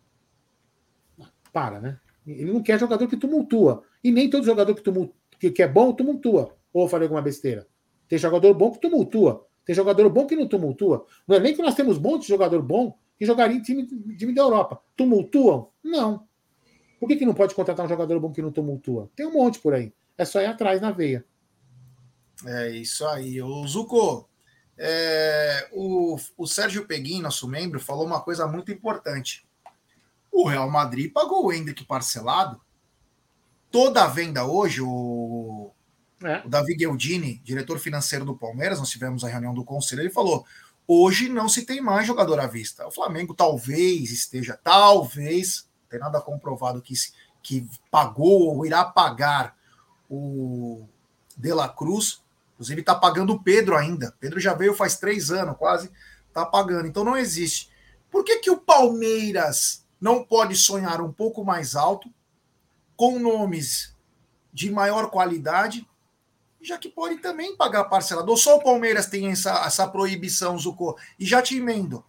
S1: Para, né? Ele não quer jogador que tumultua. E nem todo jogador que, tumultua, que, que é bom tumultua. Ou eu falei alguma besteira? Tem jogador bom que tumultua. Tem jogador bom que não tumultua. Não é nem que nós temos um monte de jogador bom que jogaria em time, time da Europa. Tumultuam? Não. Por que, que não pode contratar um jogador bom que não tumultua? Tem um monte por aí. É só ir atrás na veia.
S2: É isso aí. O Zucco, é, o, o Sérgio Peguin, nosso membro, falou uma coisa muito importante. O Real Madrid pagou o Endrick parcelado. Toda a venda hoje, o... É. O Davi Gueldini, diretor financeiro do Palmeiras, nós tivemos a reunião do conselho, ele falou, hoje não se tem mais jogador à vista. O Flamengo talvez esteja, talvez, não tem nada comprovado que, que pagou ou irá pagar o De La Cruz, inclusive está pagando o Pedro ainda. Pedro já veio faz três anos quase, está pagando, então não existe. Por que, que o Palmeiras não pode sonhar um pouco mais alto, com nomes de maior qualidade, já que pode também pagar parcelado? Ou só o Palmeiras tem essa, essa proibição, Zucco? E já te emendo.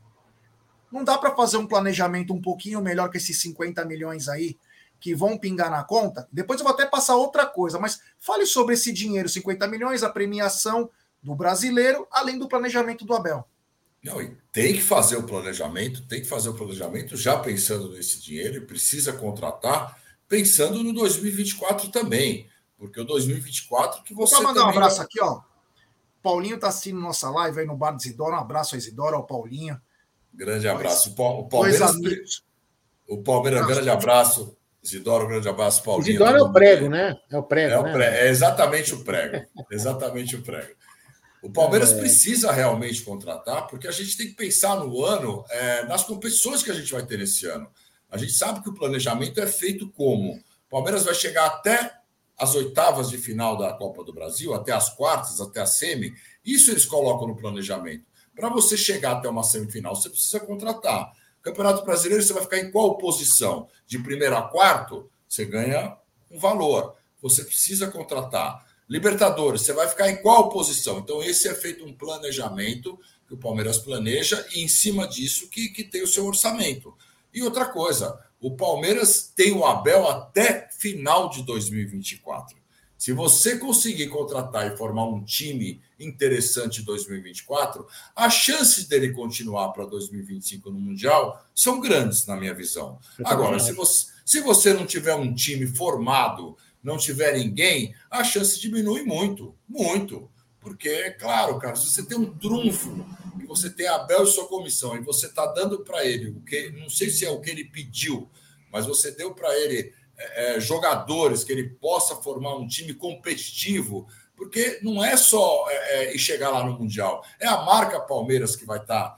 S2: Não dá para fazer um planejamento um pouquinho melhor que esses cinquenta milhões aí, que vão pingar na conta? Depois eu vou até passar outra coisa, mas fale sobre esse dinheiro, cinquenta milhões, a premiação do brasileiro, além do planejamento do Abel.
S3: Não, e tem que fazer o planejamento, tem que fazer o planejamento já pensando nesse dinheiro e precisa contratar pensando no dois mil e vinte e quatro também. Porque o dois mil e vinte e quatro que você.
S2: Vou mandar um abraço vai... aqui, ó. Paulinho tá assistindo nossa live aí no bar de Isidoro. Um abraço a Isidoro, ao Paulinho.
S3: Grande abraço. O Palmeiras. O Palmeiras, grande abraço. Isidoro, grande abraço, Paulinho.
S1: Isidoro é o prego, né? É o prego.
S3: É, o
S1: né?
S3: prego. É exatamente o prego. Exatamente o prego. O Palmeiras é. precisa realmente contratar, porque a gente tem que pensar no ano, é, nas competições que a gente vai ter esse ano. A gente sabe que o planejamento é feito como? O Palmeiras vai chegar até as oitavas de final da Copa do Brasil, até as quartas, até a semi. Isso eles colocam no planejamento. Para você chegar até uma semifinal, você precisa contratar. Campeonato Brasileiro, você vai ficar em qual posição? De primeiro a quarto, você ganha um valor. Você precisa contratar. Libertadores, você vai ficar em qual posição? Então, esse é feito um planejamento que o Palmeiras planeja e, em cima disso, que, que tem o seu orçamento. E outra coisa, o Palmeiras tem o Abel até final de dois mil e vinte e quatro. Se você conseguir contratar e formar um time interessante em dois mil e vinte e quatro, as chances dele continuar para dois mil e vinte e cinco no Mundial são grandes, na minha visão. Agora, se você, se você não tiver um time formado, não tiver ninguém, a chance diminui muito, muito. Porque, é claro, cara, se você tem um trunfo, que você tem a Abel e sua comissão, e você está dando para ele o que, não sei se é o que ele pediu, mas você deu para ele é, é, jogadores que ele possa formar um time competitivo, porque não é só é, é, chegar lá no Mundial, é a marca Palmeiras que vai estar tá,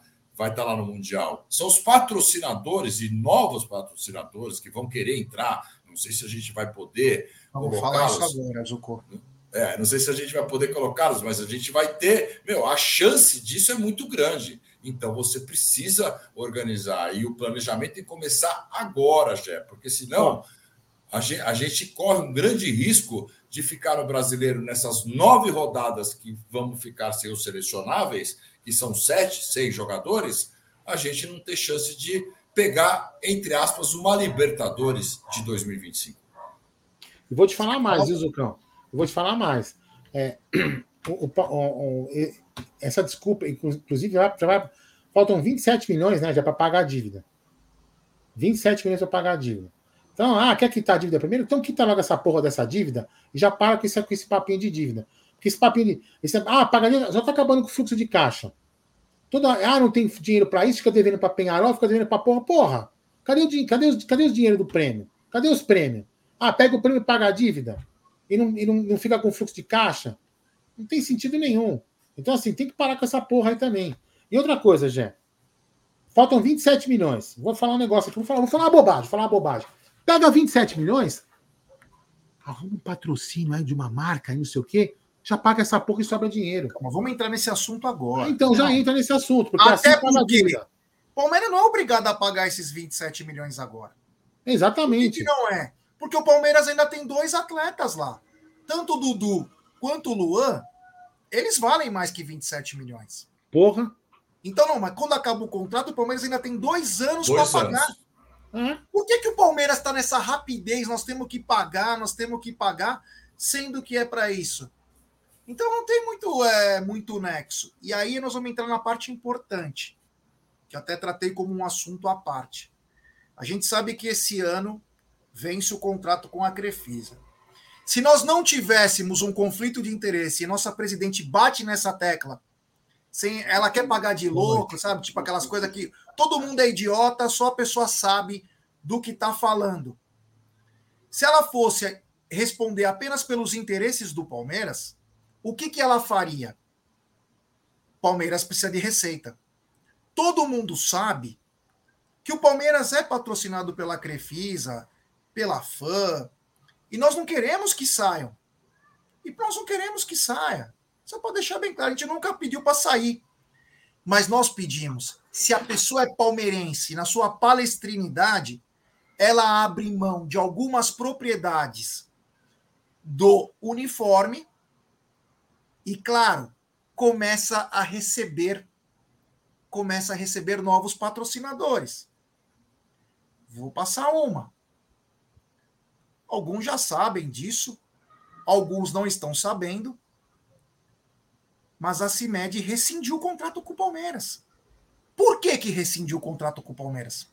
S3: vai estar lá no Mundial. São os patrocinadores e novos patrocinadores que vão querer entrar. Não sei se a gente vai poder
S2: Vamos falar isso agora, Zucco.
S3: É, não sei se a gente vai poder colocá-los, mas a gente vai ter... Meu, a chance disso é muito grande. Então, você precisa organizar. E o planejamento tem que começar agora, Jé, porque senão a gente, a gente corre um grande risco de ficar no brasileiro nessas nove rodadas que vamos ficar sem os selecionáveis, que são sete, seis jogadores, a gente não ter chance de pegar, entre aspas, uma Libertadores de dois mil e vinte e cinco.
S1: E vou te falar mais, viu, Zucão? Eu vou te falar mais. É, o, o, o, essa desculpa, inclusive, já vai, faltam vinte e sete milhões, né, já para pagar a dívida. vinte e sete milhões para pagar a dívida. Então, ah, quer quitar a dívida primeiro? Então quita logo essa porra dessa dívida e já para com esse, com esse papinho de dívida. Porque esse papinho de... Esse, ah, paga a dívida, já está acabando com o fluxo de caixa. Toda, ah, não tem dinheiro para isso, fica devendo para Penharol, fica devendo para porra. Porra, cadê o dinheiro? Cadê os, cadê os dinheiro do prêmio? Cadê os prêmios? Ah, pega o prêmio e paga a dívida e não, e não, não fica com fluxo de caixa. Não tem sentido nenhum. Então, assim, tem que parar com essa porra aí também. E outra coisa, Jé. Faltam vinte e sete milhões. Vou falar um negócio aqui. Vou falar, vou falar uma bobagem. Vou falar uma bobagem. Pega vinte e sete milhões, arruma um patrocínio aí de uma marca, aí não sei o quê, já paga essa porra e sobra dinheiro.
S2: Calma, vamos entrar nesse assunto agora.
S1: Ah, então já
S2: não.
S1: entra nesse assunto. Porque
S2: Até
S1: assim
S2: porque o Palmeiras não é obrigado a pagar esses vinte e sete milhões agora.
S1: Exatamente.
S2: Por que, que não é? Porque o Palmeiras ainda tem dois atletas lá. Tanto o Dudu quanto o Luan, eles valem mais que vinte e sete milhões.
S1: Porra.
S2: Então não, mas quando acaba o contrato, o Palmeiras ainda tem dois anos para pagar.
S1: Uhum.
S2: Por que, que o Palmeiras está nessa rapidez? Nós temos que pagar, nós temos que pagar, sendo que é para isso. Então não tem muito, é, muito nexo. E aí nós vamos entrar na parte importante, que eu até tratei como um assunto à parte. A gente sabe que esse ano vence o contrato com a Crefisa. Se nós não tivéssemos um conflito de interesse e nossa presidente bate nessa tecla, sem, ela quer pagar de louco, sabe? Tipo aquelas coisas que todo mundo é idiota, só a pessoa sabe do que está falando. Se ela fosse responder apenas pelos interesses do Palmeiras, o que, que ela faria? Palmeiras precisa de receita. Todo mundo sabe que o Palmeiras é patrocinado pela Crefisa, pela F A M, e nós não queremos que saiam. E nós não queremos que saia. Só para deixar bem claro, a gente nunca pediu para sair. Mas nós pedimos, se a pessoa é palmeirense, na sua palestrinidade, ela abre mão de algumas propriedades do uniforme e, claro, começa a receber, começa a receber novos patrocinadores. Vou passar uma. Alguns já sabem disso, alguns não estão sabendo, mas a CIMED rescindiu o contrato com o Palmeiras. Por que que rescindiu o contrato com o Palmeiras?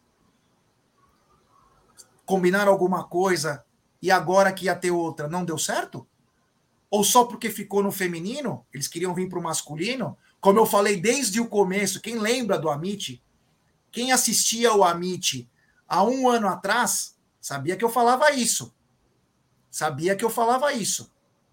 S2: Combinaram alguma coisa e agora que ia ter outra não deu certo? Ou só porque ficou no feminino, eles queriam vir para o masculino? Como eu falei desde o começo, quem lembra do Amit, quem assistia ao Amit há um ano atrás, sabia que eu falava isso. Sabia que eu falava isso.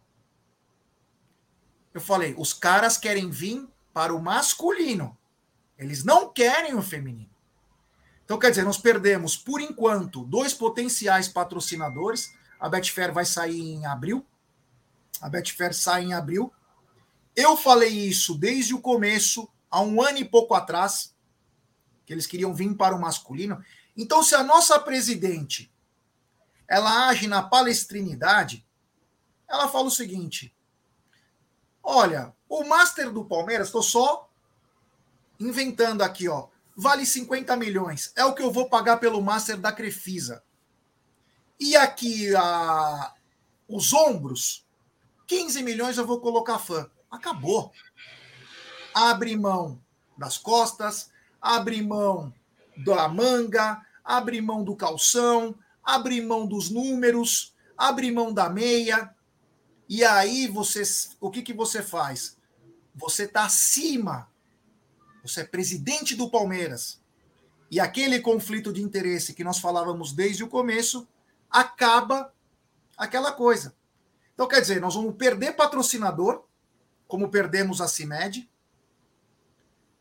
S2: Eu falei, os caras querem vir para o masculino. Eles não querem o feminino. Então, quer dizer, nós perdemos, por enquanto, dois potenciais patrocinadores. A Betfair vai sair em abril. A Betfair sai em abril. Eu falei isso desde o começo, há um ano e pouco atrás, que eles queriam vir para o masculino. Então, se a nossa presidente ela age na palestrinidade, ela fala o seguinte: olha, o Master do Palmeiras, estou só inventando aqui, ó, vale cinquenta milhões. É o que eu vou pagar pelo Master da Crefisa. E aqui a, os ombros, quinze milhões eu vou colocar fã. Acabou. Abre mão das costas, abre mão da manga, abre mão do calção, abre mão dos números, abre mão da meia. E aí, você, o que, que você faz? Você está acima. Você é presidente do Palmeiras. E aquele conflito de interesse que nós falávamos desde o começo, acaba aquela coisa. Então, quer dizer, nós vamos perder patrocinador, como perdemos a CIMED.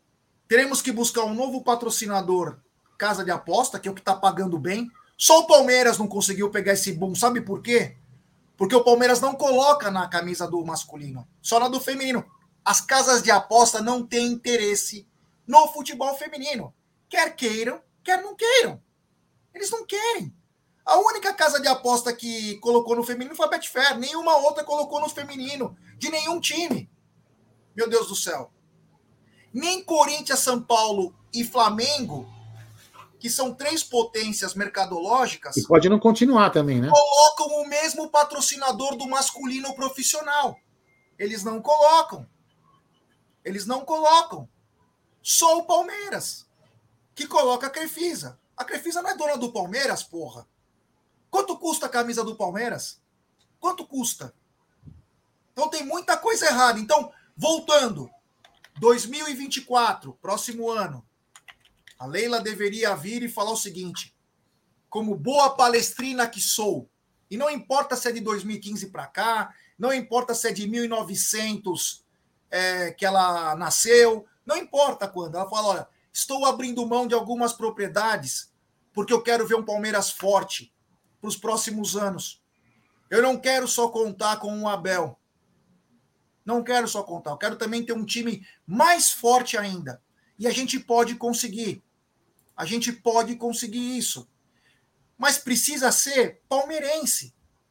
S2: Teremos que buscar um novo patrocinador, casa de aposta, que é o que está pagando bem. Só o Palmeiras não conseguiu pegar esse boom. Sabe por quê? Porque o Palmeiras não coloca na camisa do masculino, só na do feminino. As casas de aposta não têm interesse no futebol feminino. Quer queiram, quer não queiram. Eles não querem. A única casa de aposta que colocou no feminino foi a Betfair. Nenhuma outra colocou no feminino, de nenhum time. Meu Deus do céu. Nem Corinthians, São Paulo e Flamengo, que são três potências mercadológicas...
S1: E pode não continuar também, né?
S2: Colocam o mesmo patrocinador do masculino profissional. Eles não colocam. Eles não colocam. Só o Palmeiras, que coloca a Crefisa. A Crefisa não é dona do Palmeiras, porra. Quanto custa a camisa do Palmeiras? Quanto custa? Então tem muita coisa errada. Então, voltando, dois mil e vinte e quatro, próximo ano, a Leila deveria vir e falar o seguinte: como boa palestrina que sou, e não importa se é de dois mil e quinze para cá, não importa se é de mil e novecentos é, que ela nasceu, não importa quando. Ela fala, olha, estou abrindo mão de algumas propriedades porque eu quero ver um Palmeiras forte para os próximos anos. Eu não quero só contar com o Abel. Não quero só contar. Eu quero também ter um time mais forte ainda. E a gente pode conseguir. A gente pode conseguir isso. Mas precisa ser palmeirense.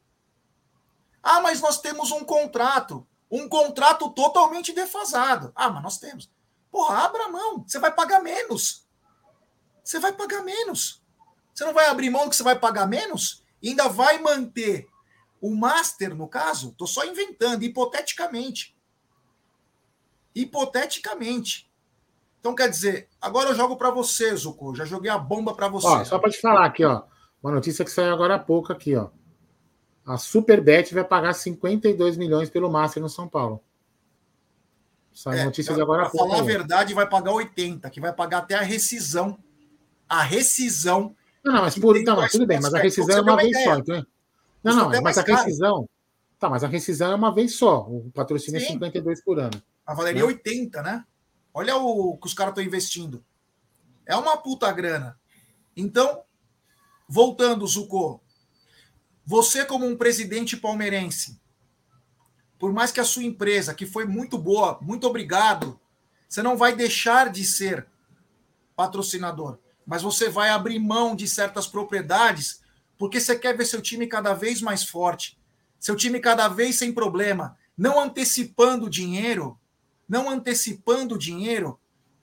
S2: Ah, mas nós temos um contrato. Um contrato totalmente defasado. Ah, mas nós temos. Porra, abra mão. Você vai pagar menos. Você vai pagar menos. Você não vai abrir mão que você vai pagar menos? E ainda vai manter o Master, no caso? Estou só inventando, hipoteticamente. Hipoteticamente. Então, quer dizer, agora eu jogo para você, Zucco. Já joguei a bomba para você.
S1: Ó, só para te falar aqui, ó. Uma notícia que saiu agora há pouco aqui, ó. A Superbet vai pagar cinquenta e dois milhões pelo Master no São Paulo. Saiu
S2: É,
S1: notícia de agora há pouco.
S2: Para falar
S1: aí.
S2: a verdade, vai pagar oitenta, que vai pagar até a rescisão. A rescisão.
S1: Não, não, mas, por, não, mas tudo bem, mas a rescisão é uma vez só, então. Não, não, mas a rescisão. Tá, mas a rescisão é uma vez só. O patrocínio é cinquenta e dois por ano.
S2: A valeria é oitenta, né? Olha o que os caras estão investindo. É uma puta grana. Então, voltando, Zucco, você como um presidente palmeirense, por mais que a sua empresa, que foi muito boa, muito obrigado, você não vai deixar de ser patrocinador, mas você vai abrir mão de certas propriedades porque você quer ver seu time cada vez mais forte, seu time cada vez sem problema, não antecipando dinheiro, não antecipando dinheiro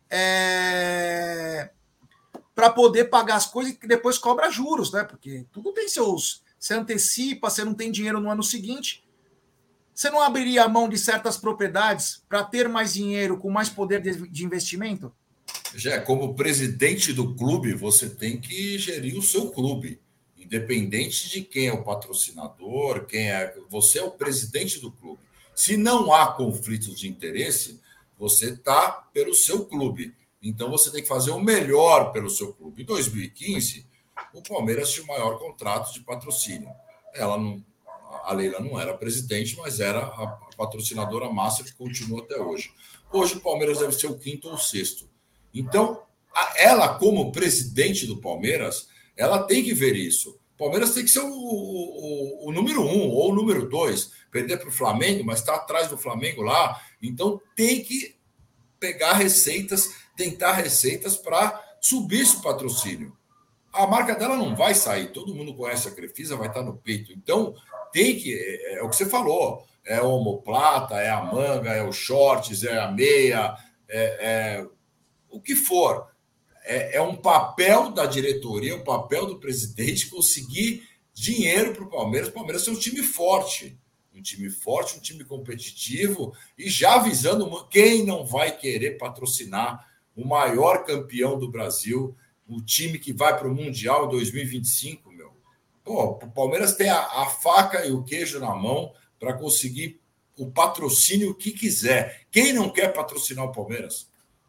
S2: é... para poder pagar as coisas que depois cobra juros, né? Porque tudo tem seus... Você antecipa, você não tem dinheiro no ano seguinte. Você não abriria a mão de certas propriedades para ter mais dinheiro, com mais poder de, de investimento?
S3: Já como presidente do clube, você tem que gerir o seu clube, independente de quem é o patrocinador, quem é. Você é o presidente do clube. Se não há conflitos de interesse, você está pelo seu clube. Então você tem que fazer o melhor pelo seu clube. Em dois mil e quinze, o Palmeiras tinha o maior contrato de patrocínio. Ela não. A Leila não era presidente, mas era a patrocinadora máxima que continua até hoje. Hoje o Palmeiras deve ser o quinto ou sexto. Então, ela, como presidente do Palmeiras, ela tem que ver isso. O Palmeiras tem que ser o, o, o número um ou o número dois. Perder para o Flamengo, mas está atrás do Flamengo lá. Então, tem que pegar receitas, tentar receitas para subir esse patrocínio. A marca dela não vai sair. Todo mundo conhece a Crefisa, vai estar no peito. Então, tem que... É, é o que você falou. É a omoplata, é a manga, é o shorts, é a meia, é, é o que for. É, é um papel da diretoria, um papel do presidente conseguir dinheiro para o Palmeiras. O Palmeiras é um time forte. Um time forte, um time competitivo. E já avisando quem não vai querer patrocinar o maior campeão do Brasil, o time que vai para o Mundial em dois mil e vinte e cinco, meu. Pô, o Palmeiras tem a, a faca e o queijo na mão para conseguir o patrocínio que quiser. Quem não quer patrocinar o Palmeiras?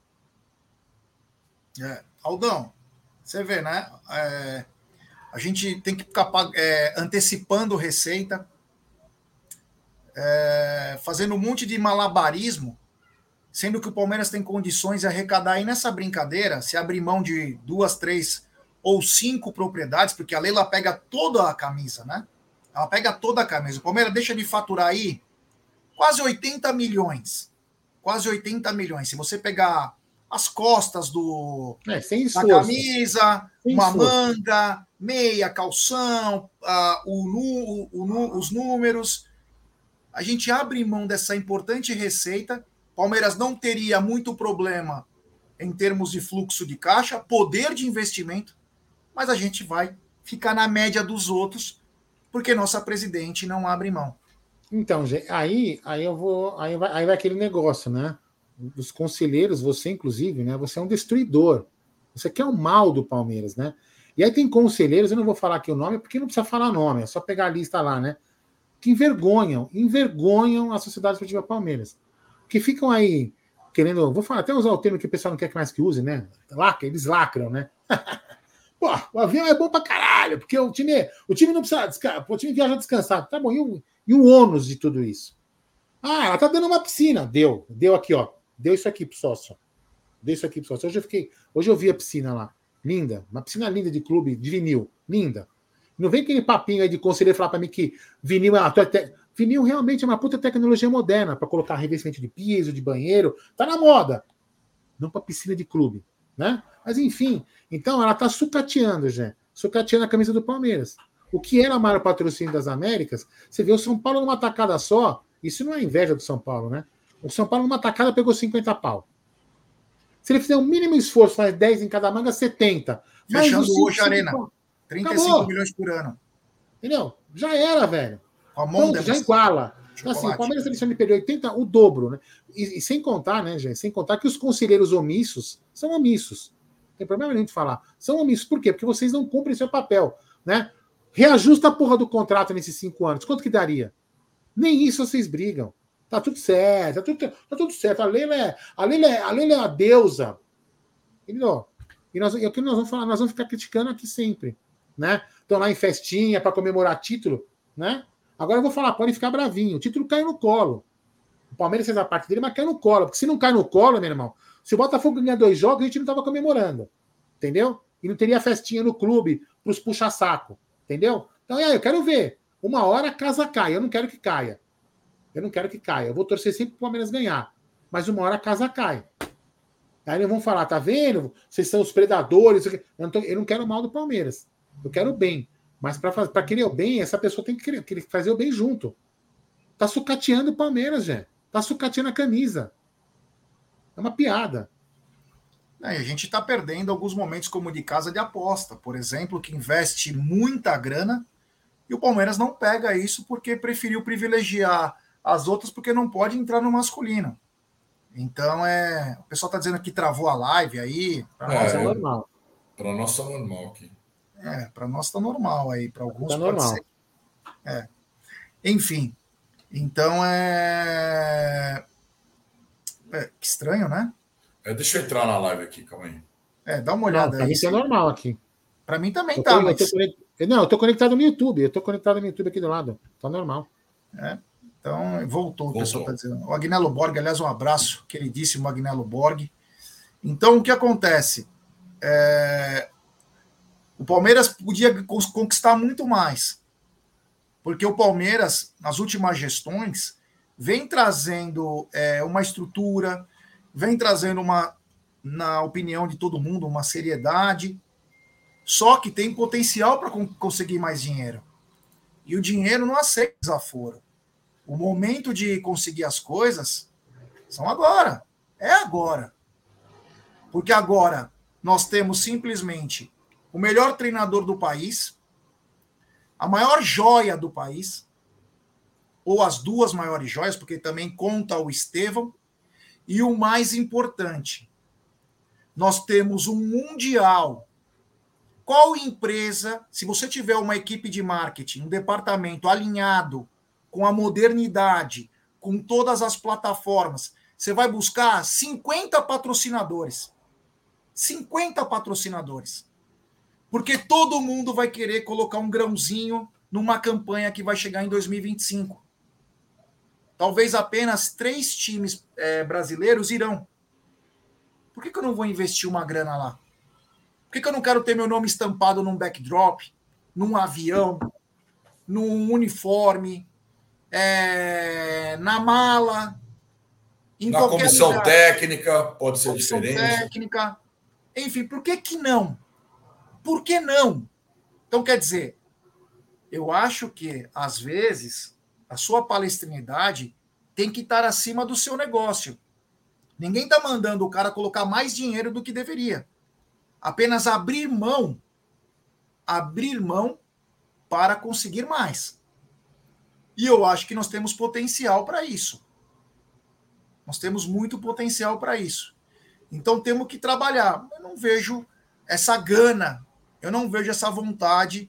S2: É, Aldão, você vê, né? É, a gente tem que ficar é, antecipando receita, é, fazendo um monte de malabarismo sendo que o Palmeiras tem condições de arrecadar aí nessa brincadeira, se abrir mão de duas, três ou cinco propriedades, porque a Leila pega toda a camisa, né? Ela pega toda a camisa. O Palmeiras deixa de faturar aí quase oitenta milhões. Quase oitenta milhões. Se você pegar as costas do,
S1: é, sem
S2: da camisa,
S1: sem
S2: uma
S1: esforço.
S2: manga, meia, calção, uh, o, nu, o, nu, os números. A gente abre mão dessa importante receita. Palmeiras não teria muito problema em termos de fluxo de caixa, poder de investimento, mas a gente vai ficar na média dos outros, porque nossa presidente não abre mão.
S1: Então, gente, aí, aí eu vou. Aí vai, aí vai aquele negócio, né? Os conselheiros, você, inclusive, né? Você é um destruidor. Você quer o mal do Palmeiras, né? E aí tem conselheiros, eu não vou falar aqui o nome, porque não precisa falar nome, é só pegar a lista lá, né? Que envergonham, envergonham a Sociedade Esportiva Palmeiras. Que ficam aí querendo. Vou falar, até usar o termo que o pessoal não quer que mais que use, né? Lacra, eles lacram, né? Pô, o avião é bom pra caralho, porque o time, o time não precisa descansar, o time viaja descansado. Tá bom, e o, e o ônus de tudo isso? Ah, ela tá dando uma piscina. Deu, deu aqui, ó. Deu isso aqui pro sócio. Deu isso aqui pro sócio. Hoje eu fiquei, hoje eu vi a piscina lá. Linda, uma piscina linda de clube, de vinil. Linda. Não vem aquele papinho aí de conselheiro falar pra mim que vinil é uma. Vinil realmente é uma puta tecnologia moderna para colocar revestimento de piso, de banheiro. Tá na moda. Não pra piscina de clube, né? Mas enfim, então ela tá sucateando, já. Sucateando a camisa do Palmeiras. O que era o maior patrocínio das Américas, você vê o São Paulo numa tacada só, isso não é inveja do São Paulo, né? O São Paulo numa tacada pegou cinquenta pau. Se ele fizer o mínimo esforço, faz dez em cada manga, setenta.
S2: Fechando hoje a Arena. trinta e cinco Acabou. Milhões por ano.
S1: Entendeu? Já era, velho.
S2: Com a mão
S1: então, já iguala. Então, assim, o Palmeiras seleciona de oitenta, o dobro, né? E, e sem contar, né, gente? Sem contar que os conselheiros omissos são omissos. Não tem problema nenhum de falar. São omissos. Por quê? Porque vocês não cumprem seu papel, né? Reajusta a porra do contrato nesses cinco anos. Quanto que daria? Nem isso vocês brigam. Tá tudo certo, tá tudo, tá tudo certo. A Leila é a, Leila é, a, Leila é a deusa. Entendeu? E nós, e o que nós vamos falar? Nós vamos ficar criticando aqui sempre, né? Estão lá em festinha para comemorar título, né? Agora eu vou falar, pode ficar bravinho. O título caiu no colo. O Palmeiras fez a parte dele, mas caiu no colo. Porque se não cai no colo, meu irmão, se o Botafogo ganhar dois jogos, a gente não tava comemorando. Entendeu? E não teria festinha no clube pros puxa-saco. Entendeu? Então, aí, eu quero ver. Uma hora a casa cai. Eu não quero que caia. Eu não quero que caia. Eu vou torcer sempre pro Palmeiras ganhar. Mas uma hora a casa cai. Aí eles vão falar, tá vendo? Vocês são os predadores. Eu não, tô, eu não quero o mal do Palmeiras. Eu quero o bem. Mas para querer o bem, essa pessoa tem que querer, querer fazer o bem junto. Tá sucateando o Palmeiras, gente. Tá sucateando a camisa. É uma piada.
S2: É, a gente está perdendo alguns momentos como de casa de aposta, por exemplo, que investe muita grana e o Palmeiras não pega isso porque preferiu privilegiar as outras porque não pode entrar no masculino. Então, é, o pessoal está dizendo que travou a live aí.
S1: Para nós é, é normal.
S3: Para nós está normal aqui.
S2: É, para nós está normal aí, para alguns
S1: tá
S2: pode
S1: normal.
S2: ser. É. Enfim, então é... é... Que estranho, né?
S3: É, deixa eu entrar na live aqui, calma aí.
S2: É, dá uma olhada
S1: não,
S2: aí.
S1: Para mim é normal aqui.
S2: Para mim também
S1: eu
S2: tá,
S1: tô,
S2: mas...
S1: eu tô conect... Não, eu tô conectado no YouTube. Eu tô conectado no YouTube aqui do lado. Tá normal.
S2: É. Então, voltou, o
S3: voltou.
S2: pessoal está dizendo. O Agnello Borg, aliás, um abraço, queridíssimo Agnello Borg. Então, o que acontece? É... O Palmeiras podia conquistar muito mais. Porque o Palmeiras, nas últimas gestões, vem trazendo é, uma estrutura, vem trazendo uma, na opinião de todo mundo, uma seriedade, só que tem potencial para conseguir mais dinheiro. E o dinheiro não aceita desaforo. O momento de conseguir as coisas são agora. É agora. Porque agora nós temos simplesmente o melhor treinador do país, a maior joia do país, ou as duas maiores joias, porque também conta o Estevão, e o mais importante, nós temos um mundial. Qual empresa, se você tiver uma equipe de marketing, um departamento alinhado com a modernidade, com todas as plataformas, você vai buscar cinquenta patrocinadores. cinquenta patrocinadores. Porque todo mundo vai querer colocar um grãozinho numa campanha que vai chegar em dois mil e vinte e cinco. talvez apenas três times é, brasileiros irão. Por que, que eu não vou investir uma grana lá? Por que, que eu não quero ter meu nome estampado num backdrop, num avião, num uniforme, é, na mala, em
S3: na
S2: qualquer
S3: comissão
S2: lugar.
S3: técnica, pode ser
S2: Comissão
S3: diferente.
S2: técnica. Enfim, por que que não? Por que não? Então, quer dizer, eu acho que, às vezes, a sua palestrinidade tem que estar acima do seu negócio. Ninguém está mandando o cara colocar mais dinheiro do que deveria. Apenas abrir mão, abrir mão para conseguir mais. E eu acho que nós temos potencial para isso. Nós temos muito potencial para isso. Então temos que trabalhar. Eu não vejo essa gana, eu não vejo essa vontade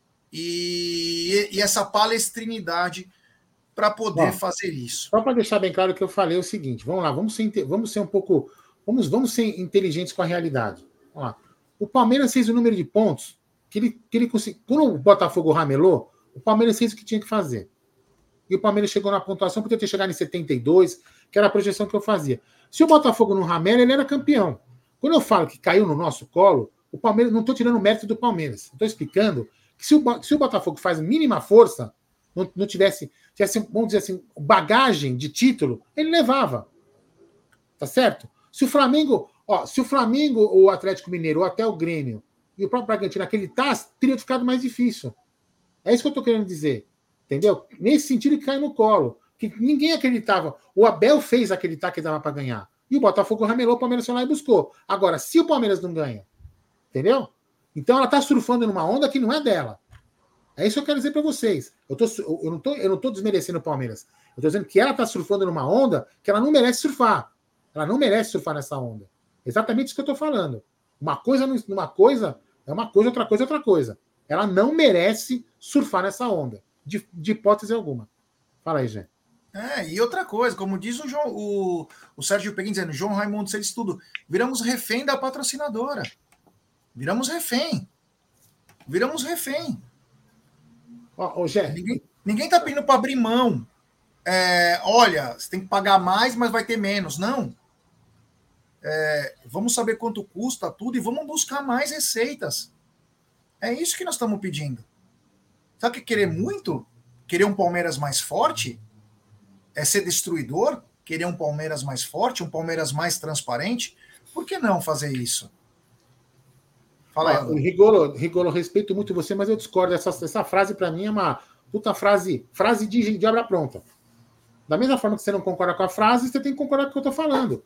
S2: e, e essa palestrinidade para poder Bom, fazer isso.
S1: Só para deixar bem claro o que eu falei é o seguinte, vamos lá, vamos ser, vamos ser um pouco, vamos, vamos ser inteligentes com a realidade. Vamos lá. O Palmeiras fez o número de pontos que ele, que ele conseguiu. Quando o Botafogo ramelou, o Palmeiras fez o que tinha que fazer. E o Palmeiras chegou na pontuação, podia ter chegado em setenta e dois, que era a projeção que eu fazia. Se o Botafogo não ramela, ele era campeão. Quando eu falo que caiu no nosso colo, o Palmeiras, não estou tirando o mérito do Palmeiras. Estou explicando que se o, se o Botafogo faz mínima força, não, não tivesse, tivesse, vamos dizer assim, bagagem de título, ele levava. Tá certo? Se o Flamengo, ó, se o Flamengo, o Atlético Mineiro, ou até o Grêmio, e o próprio Bragantino acreditasse, teria ficado mais difícil. É isso que eu estou querendo dizer. Entendeu? Nesse sentido que cai no colo. Que ninguém acreditava. O Abel fez acreditar que dava para ganhar. E o Botafogo ramelou, o Palmeiras foi lá e buscou. Agora, se o Palmeiras não ganha, entendeu? Então ela está surfando numa onda que não é dela. É isso que eu quero dizer para vocês. Eu, tô, eu não tô, eu não tô desmerecendo o Palmeiras. Eu estou dizendo que ela está surfando numa onda que ela não merece surfar. Ela não merece surfar nessa onda. Exatamente isso que eu estou falando. Uma coisa, uma coisa é uma coisa, outra coisa é outra coisa. Ela não merece surfar nessa onda. De, de hipótese alguma. Fala aí, Gê.
S2: É, e outra coisa, como diz o, João, o, o Sérgio Peguin dizendo, João Raimundo, você disse tudo, viramos refém da patrocinadora. Viramos refém. Viramos refém.
S1: Ó, ô, Gê.
S2: Ninguém, ninguém tá pedindo para abrir mão. É, olha, você tem que pagar mais, mas vai ter menos. Não. É, vamos saber quanto custa tudo e vamos buscar mais receitas. É isso que nós estamos pedindo. Sabe o que querer muito? Querer um Palmeiras mais forte? É ser destruidor? Querer um Palmeiras mais forte? Um Palmeiras mais transparente? Por que não fazer isso? Fala aí.
S1: Ah, Rigolo, Rigolo, respeito muito você, mas eu discordo. Essa, essa frase, para mim, é uma puta frase, frase de, de obra pronta. Da mesma forma que você não concorda com a frase, você tem que concordar com o que eu tô falando.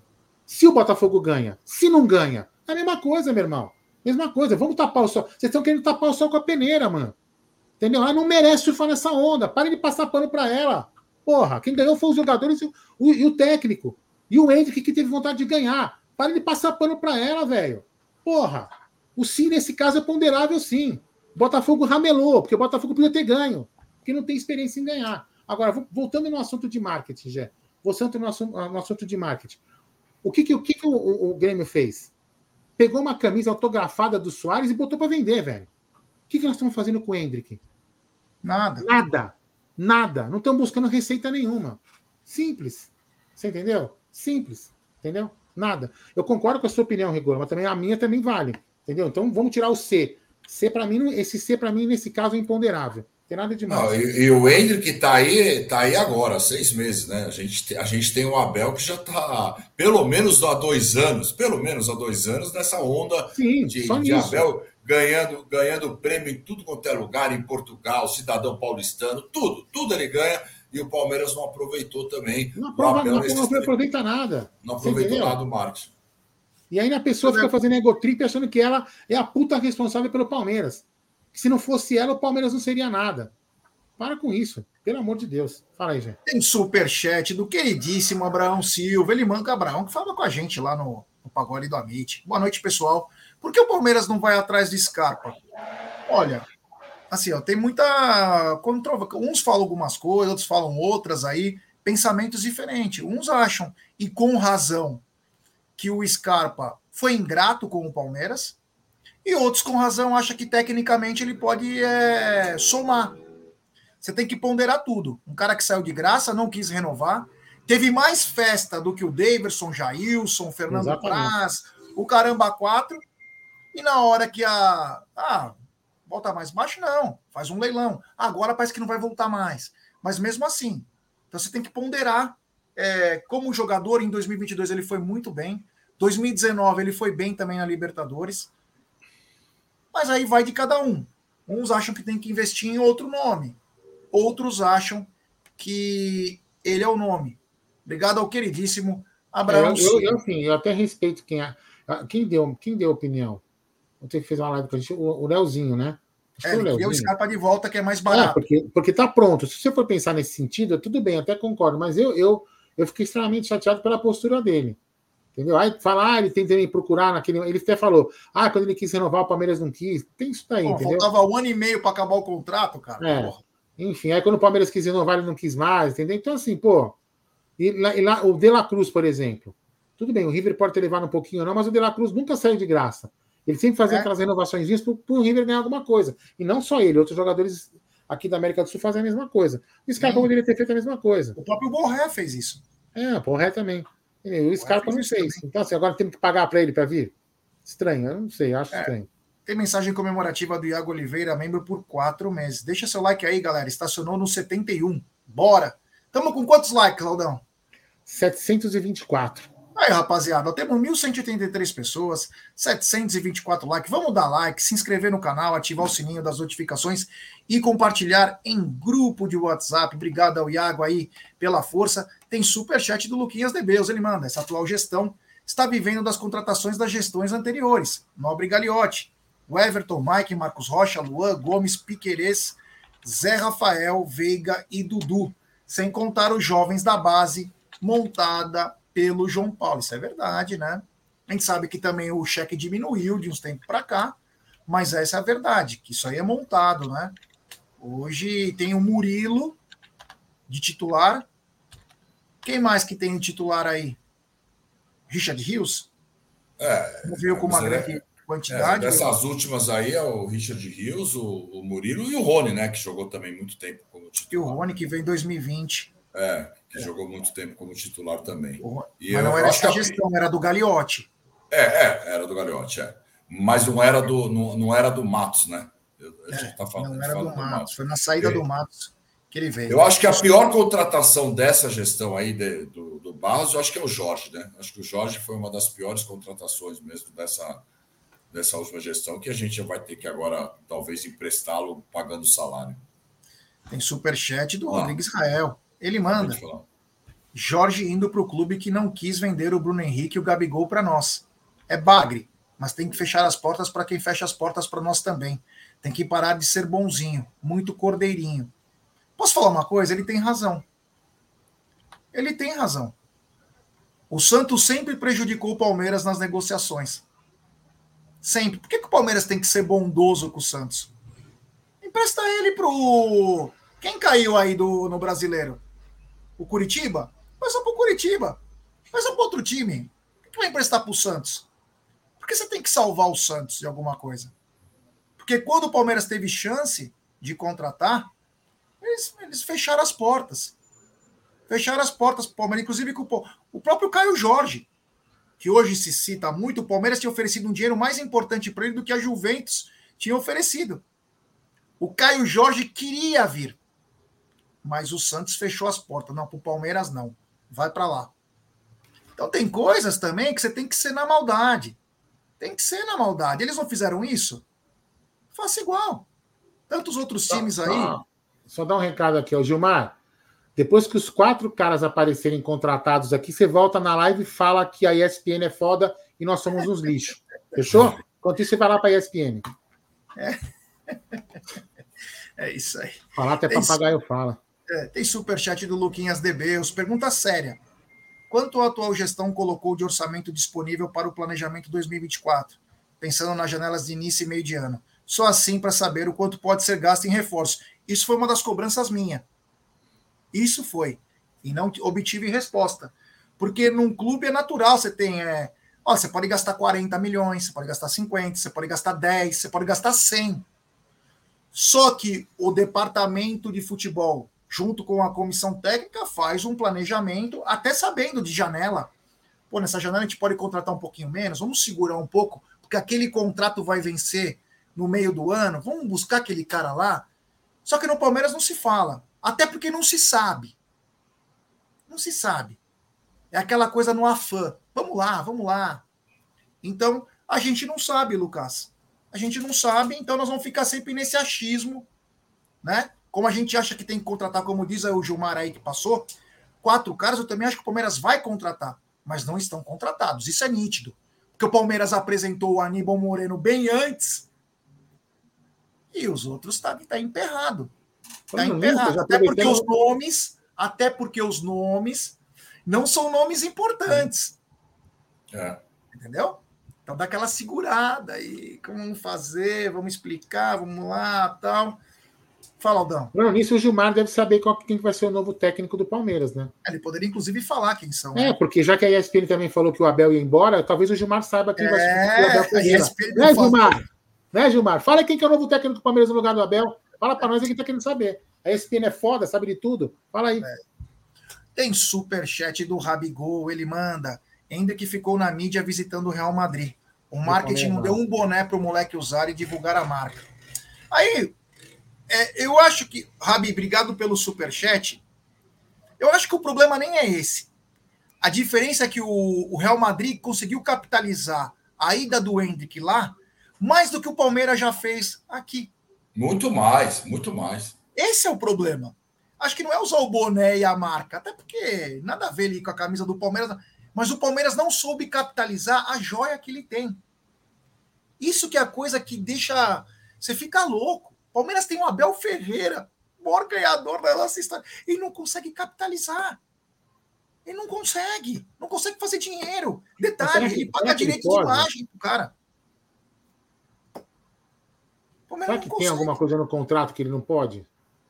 S1: Se o Botafogo ganha, se não ganha, é a mesma coisa, meu irmão. Mesma coisa. Vamos tapar o sol. Vocês estão querendo tapar o sol com a peneira, mano. Entendeu? Ela não merece surfar nessa onda. Pare de passar pano pra ela. Porra, quem ganhou foi os jogadores e o, e o técnico. E o Hendrick que teve vontade de ganhar. Pare de passar pano pra ela, velho. Porra. O sim, nesse caso, é ponderável, sim. O Botafogo ramelou, porque o Botafogo podia ter ganho. Porque não tem experiência em ganhar. Agora, voltando no assunto de marketing, Gé. Voltando no assunto, no assunto de marketing. O que, que, o, que, que o, o, o Grêmio fez? Pegou uma camisa autografada do Soares e botou pra vender, velho. O que, que nós estamos fazendo com o Hendrick?
S2: Nada.
S1: Nada. Nada. Não estão buscando receita nenhuma. Simples. Você entendeu? Simples. Entendeu? Nada. Eu concordo com a sua opinião, Rigor, mas também a minha também vale. Entendeu? Então vamos tirar o C. C para mim, esse C para mim, nesse caso, é imponderável. Não tem nada demais.
S3: Não, e, e o Hendrick tá aí, tá aí agora, seis meses, né? A gente, a gente tem o Abel que já tá, pelo menos há dois anos, pelo menos há dois anos, nessa onda
S1: Sim,
S3: de,
S1: só
S3: de
S1: nisso.
S3: Abel ganhando, ganhando prêmio em tudo quanto é lugar, em Portugal, cidadão paulistano, tudo, tudo ele ganha, e o Palmeiras não aproveitou também.
S1: Não, aprova, não, não aproveita nada.
S3: Não aproveitou nada do marketing.
S1: E aí a pessoa fica fazendo egotrip achando que ela é a puta responsável pelo Palmeiras. Que se não fosse ela, o Palmeiras não seria nada. Para com isso, pelo amor de Deus. Fala aí, gente.
S2: Tem superchat do queridíssimo Abraão Silva, ele manca Abraão, que fala com a gente lá no, no Pagode do Amit. Boa noite, pessoal. Por que o Palmeiras não vai atrás do Scarpa? Olha, assim, ó, tem muita controvérsia. Uns falam algumas coisas, outros falam outras aí, pensamentos diferentes. Uns acham, e com razão, que o Scarpa foi ingrato com o Palmeiras, e outros com razão acham que tecnicamente ele pode é, somar. Você tem que ponderar tudo. Um cara que saiu de graça, não quis renovar, teve mais festa do que o Daverson, Jailson, Fernando
S1: Exatamente.
S2: Praz, o caramba quatro, e na hora que a... Ah, volta mais baixo? Não, faz um leilão. Agora parece que não vai voltar mais. Mas mesmo assim, então você tem que ponderar. É, como jogador, em dois mil e vinte e dois ele foi muito bem. dois mil e dezenove ele foi bem também na Libertadores. Mas aí vai de cada um. Uns acham que tem que investir em outro nome. Outros acham que ele é o nome. Obrigado ao queridíssimo Abraão
S1: É, eu,
S2: Silva.
S1: eu, assim, eu até respeito quem, a- quem, deu, quem deu opinião. Ontem que fez uma live com a gente, o, o Leozinho, né? Acho que
S2: É,
S1: foi o
S2: ele queria o
S1: Leozinho.
S2: Scarpa de volta, que é mais
S1: É,
S2: barato.
S1: porque, porque tá pronto. Se você for pensar nesse sentido, tudo bem, até concordo, mas eu, eu, eu fiquei extremamente chateado pela postura dele. Entendeu? Aí fala, ah, ele tem que procurar naquele. Ele até falou, ah, quando ele quis renovar, o Palmeiras não quis. Tem isso daí,
S2: Pô,
S1: entendeu?
S2: faltava um ano e meio para acabar o contrato, cara.
S1: É.
S2: Porra.
S1: Enfim, aí quando o Palmeiras quis renovar, ele não quis mais, entendeu? Então, assim, pô. E lá, e lá, o De La Cruz, por exemplo. Tudo bem, o River pode ter levado um pouquinho ou não, mas o De La Cruz nunca saiu de graça. Ele sempre fazia
S2: É.
S1: aquelas renovações para o River ganhar alguma coisa. E não só ele, outros jogadores aqui da América do Sul fazem a mesma coisa. O Scarpa
S2: Sim.
S1: poderia ter feito a mesma coisa.
S2: O próprio Borré fez isso.
S1: É, porra, é também. E o Scarpa não fez. Então, assim, agora temos que pagar para ele para vir? Estranho, eu não sei, eu acho
S2: É.
S1: estranho.
S2: Tem mensagem comemorativa do Iago Oliveira, membro por quatro meses. Deixa seu like aí, galera. Estacionou no setenta e um. Bora! Tamo com quantos likes, Aldão?
S1: setecentos e vinte e quatro.
S2: Aí, rapaziada, temos mil cento e oitenta e três pessoas, setecentos e vinte e quatro likes. Vamos dar like, se inscrever no canal, ativar o sininho das notificações e compartilhar em grupo de WhatsApp. Obrigado ao Iago aí pela força. Tem superchat do Luquinhas de Beus, ele manda. Essa atual gestão está vivendo das contratações das gestões anteriores. Nobre Gagliotti, o Everton, Mike, Marcos Rocha, Luan, Gomes, Piquerez, Zé Rafael, Veiga e Dudu. Sem contar os jovens da base montada pelo João Paulo. Isso é verdade, né? A gente sabe que também o cheque diminuiu de uns tempos para cá, mas essa é a verdade, que isso aí é montado, né? Hoje tem o Murilo de titular. Quem mais que tem o titular aí? Richard Rios?
S3: É,
S2: Não veio com uma grande
S3: é,
S2: quantidade.
S3: É, dessas últimas aí é o Richard Rios, o, o Murilo e o Rony, né? Que jogou também muito tempo como titular.
S2: E o Rony, que veio em dois mil e vinte.
S3: É, que é. jogou muito tempo como titular também.
S2: O,
S3: e
S2: mas
S3: eu,
S2: não era essa
S3: a...
S2: gestão, era do Gagliotti.
S3: É, é, era do Gagliotti, é. Mas não era do, não, não era do Matos, né? Eu, a gente
S2: é,
S3: tá falando,
S2: não era
S3: do,
S2: do, Matos.
S3: Matos.
S2: Foi na saída
S3: eu,
S2: do Matos que ele veio.
S3: Eu acho que a pior contratação dessa gestão aí de, do, do Barros, eu acho que é o Jorge, né? Acho que o Jorge foi uma das piores contratações mesmo dessa, dessa última gestão, que a gente vai ter que agora, talvez, emprestá-lo pagando salário.
S2: Tem superchat do
S3: ah,
S2: Rodrigo Israel. Ele manda. Jorge indo para o clube que não quis vender o Bruno Henrique e o Gabigol para nós. É bagre, mas tem que fechar as portas para quem fecha as portas para nós também. Tem que parar de ser bonzinho, muito cordeirinho. Posso falar uma coisa? Ele tem razão. Ele tem razão. O Santos sempre prejudicou o Palmeiras nas negociações. Sempre. Por que, que o Palmeiras tem que ser bondoso com o Santos? Empresta ele pro... Quem caiu aí do, no Brasileiro? O Curitiba? Vai só pro Curitiba. Vai só pro outro time. Por que vai emprestar pro Santos? Porque você tem que salvar o Santos de alguma coisa. Porque quando o Palmeiras teve chance de contratar, eles, eles fecharam as portas. Fecharam as portas pro Palmeiras. Inclusive com o, o próprio Caio Jorge, que hoje se cita muito, o Palmeiras tinha oferecido um dinheiro mais importante para ele do que a Juventus tinha oferecido. O Caio Jorge queria vir, mas o Santos fechou as portas. Não, pro Palmeiras não. Vai para lá. Então tem coisas também que você tem que ser na maldade. Tem que ser na maldade. Eles não fizeram isso? Faça igual. Tantos outros times aí.
S1: Só, só dar um recado aqui, ó, Gilmar. Depois que os quatro caras aparecerem contratados aqui, você volta na live e fala que a E S P N é foda e nós somos uns lixos. Fechou? Enquanto isso, você vai lá para a E S P N.
S2: É. É isso aí.
S1: Falar até
S2: tem,
S1: papagaio fala.
S2: É, tem superchat do Luquinhas D B. Pergunta séria. Quanto a atual gestão colocou de orçamento disponível para o planejamento dois mil e vinte e quatro? Pensando nas janelas de início e meio de ano. Só assim para saber o quanto pode ser gasto em reforço. Isso foi uma das cobranças minha. Isso foi. E não obtive resposta. Porque num clube é natural, você tem... É, ó, você pode gastar quarenta milhões, você pode gastar cinquenta, você pode gastar dez, você pode gastar cem. Só que o departamento de futebol, junto com a comissão técnica, faz um planejamento, até sabendo de janela. Pô, nessa janela a gente pode contratar um pouquinho menos, vamos segurar um pouco, porque aquele contrato vai vencer no meio do ano, vamos buscar aquele cara lá. Só que no Palmeiras não se fala, até porque não se sabe. Não se sabe. É aquela coisa no afã. Vamos lá, vamos lá. Então, a gente não sabe, Lucas. A gente não sabe, então nós vamos ficar sempre nesse achismo, né? Como a gente acha que tem que contratar, como diz o Gilmar aí que passou, quatro caras, eu também acho que o Palmeiras vai contratar, mas não estão contratados. Isso é nítido. Porque o Palmeiras apresentou o Aníbal Moreno bem antes e os outros tá, tá emperrado. Tá emperrado. Até porque os nomes, até porque os nomes não são nomes importantes.
S3: É.
S2: Entendeu? Então dá aquela segurada aí, como vamos fazer, vamos explicar, vamos lá, tal. Fala, Aldão.
S1: Não, nisso o Gilmar deve saber qual, quem vai ser o novo técnico do Palmeiras, né?
S2: Ele poderia, inclusive, falar quem são.
S1: É,
S2: né?
S1: porque já que a E S P N também falou que o Abel ia embora, talvez o Gilmar saiba quem
S2: é,
S1: vai ser o Abel Ferreira.
S2: A E S P N
S1: né, Gilmar? Né, Gilmar? Fala quem que é o novo técnico do Palmeiras no lugar do Abel. Fala pra nós aí que tá querendo saber. A E S P N é foda, sabe de tudo. Fala aí.
S2: É. Tem superchat do Rabigol, ele manda. Hendrick ficou na mídia visitando o Real Madrid. O marketing não deu um boné para o moleque usar e divulgar a marca. Aí, é, eu acho que... Rabi, obrigado pelo superchat. Eu acho que o problema nem é esse. A diferença é que o, o Real Madrid conseguiu capitalizar a ida do Hendrick lá mais do que o Palmeiras já fez aqui.
S3: Muito mais, muito mais.
S2: Esse é o problema. Acho que não é usar o boné e a marca, até porque nada a ver ali com a camisa do Palmeiras, mas o Palmeiras não soube capitalizar a joia que ele tem. Isso que é a coisa que deixa... Você fica louco. O Palmeiras tem o Abel Ferreira, o maior ganhador da nossa história, e não consegue capitalizar. Ele não consegue. Não consegue fazer dinheiro. Detalhe, que, ele paga direito de imagem pro cara.
S1: Será que tem alguma coisa no contrato que ele não pode?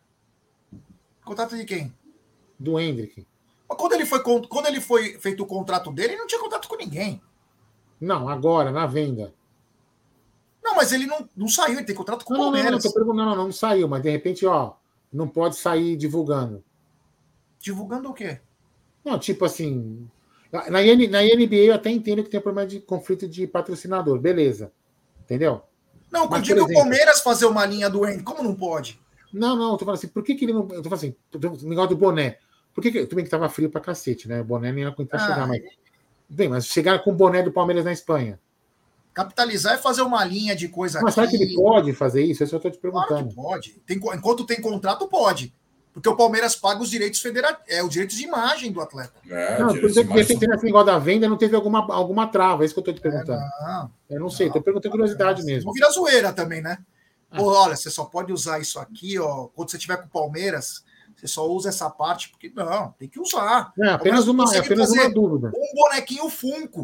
S2: Contrato de quem?
S1: Do Hendrick.
S2: Mas quando ele foi, quando ele foi feito o contrato dele, ele não tinha contrato com ninguém.
S1: Não, agora, na venda.
S2: Não, mas ele não, não saiu, ele tem contrato com o Palmeiras.
S1: Não, não, não, não, não saiu, mas de repente, ó, não pode sair divulgando.
S2: Divulgando o quê?
S1: Não, tipo assim, na, N, na N B A eu até entendo que tem problema de conflito de patrocinador, beleza, entendeu?
S2: Não, quando diga o Palmeiras fazer uma linha do Hendrick, como não pode?
S1: Não, não, eu tô falando assim, por que que ele não... Eu tô falando assim, o negócio do boné, por que que... Tudo bem que tava frio pra cacete, né, o boné nem ia aguentar ah, chegar, mas... Bem, mas chegaram com o boné do Palmeiras na Espanha.
S2: Capitalizar é fazer uma linha de coisa
S1: mas
S2: aqui.
S1: Mas será que ele pode fazer isso? Isso eu tô te perguntando.
S2: Claro que pode. Tem, enquanto tem contrato, pode. Porque o Palmeiras paga os direitos federativos, é, os direitos de imagem do atleta.
S1: É, não, por exemplo, de repente, nesse negócio da venda, não teve alguma, alguma trava, é isso que eu tô te perguntando. É, não, eu não sei, não, tô perguntando curiosidade mesmo.
S2: Não vira zoeira também, né? Ah. Pô, olha, você só pode usar isso aqui, ó, quando você tiver com o Palmeiras, você só usa essa parte, porque não, tem que usar.
S1: É apenas, uma, é apenas uma dúvida.
S2: Um bonequinho Funko.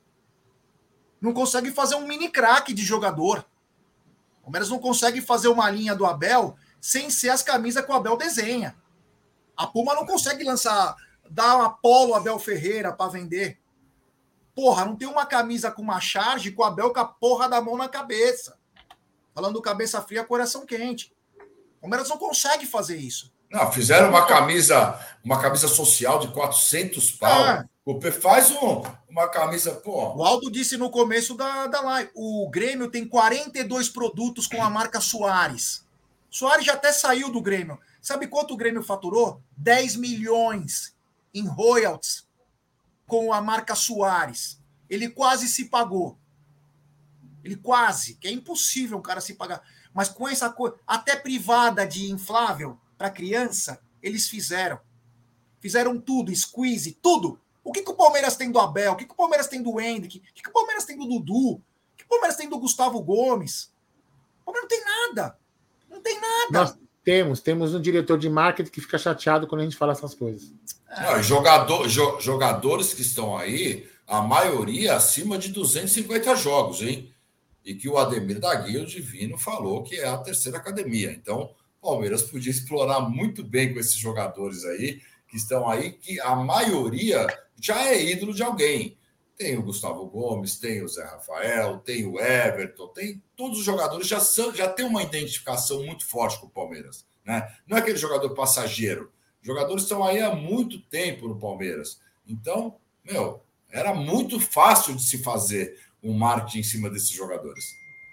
S2: Não consegue fazer um mini craque de jogador. O Palmeiras não consegue fazer uma linha do Abel sem ser as camisas que o Abel desenha. A Puma não consegue lançar, dar uma polo Abel Ferreira para vender. Porra, não tem uma camisa com uma charge com o Abel com a porra da mão na cabeça. Falando cabeça fria, coração quente. O Palmeiras não consegue fazer isso.
S3: Não, fizeram uma camisa, uma camisa social de quatrocentos pau. É. O P faz um, uma camisa, pô.
S2: O Aldo disse no começo da, da live, o Grêmio tem quarenta e dois produtos com a marca Soares. Soares já até saiu do Grêmio. Sabe quanto o Grêmio faturou? dez milhões em royalties com a marca Soares. Ele quase se pagou. Ele quase, que é impossível um cara se pagar. Mas com essa coisa, até privada de inflável para criança, eles fizeram. Fizeram tudo, squeeze, tudo. O que, que o Palmeiras tem do Abel? O que, que o Palmeiras tem do Hendrick? O que, que o Palmeiras tem do Dudu? O que o Palmeiras tem do Gustavo Gomes? O Palmeiras não tem nada. Não tem nada.
S1: Nós temos, temos um diretor de marketing que fica chateado quando a gente fala essas coisas.
S3: Não, jogador, jo, jogadores que estão aí, a maioria acima de duzentos e cinquenta jogos, hein? E que o Ademir da Guia, o Divino, falou que é a terceira academia. Então, o Palmeiras podia explorar muito bem com esses jogadores aí, que estão aí, que a maioria já é ídolo de alguém. Tem o Gustavo Gomes, tem o Zé Rafael, tem o Everton, tem todos os jogadores já são, já tem uma identificação muito forte com o Palmeiras, né? Não é aquele jogador passageiro. Os jogadores estão aí há muito tempo no Palmeiras. Então, meu, era muito fácil de se fazer um marketing em cima desses jogadores.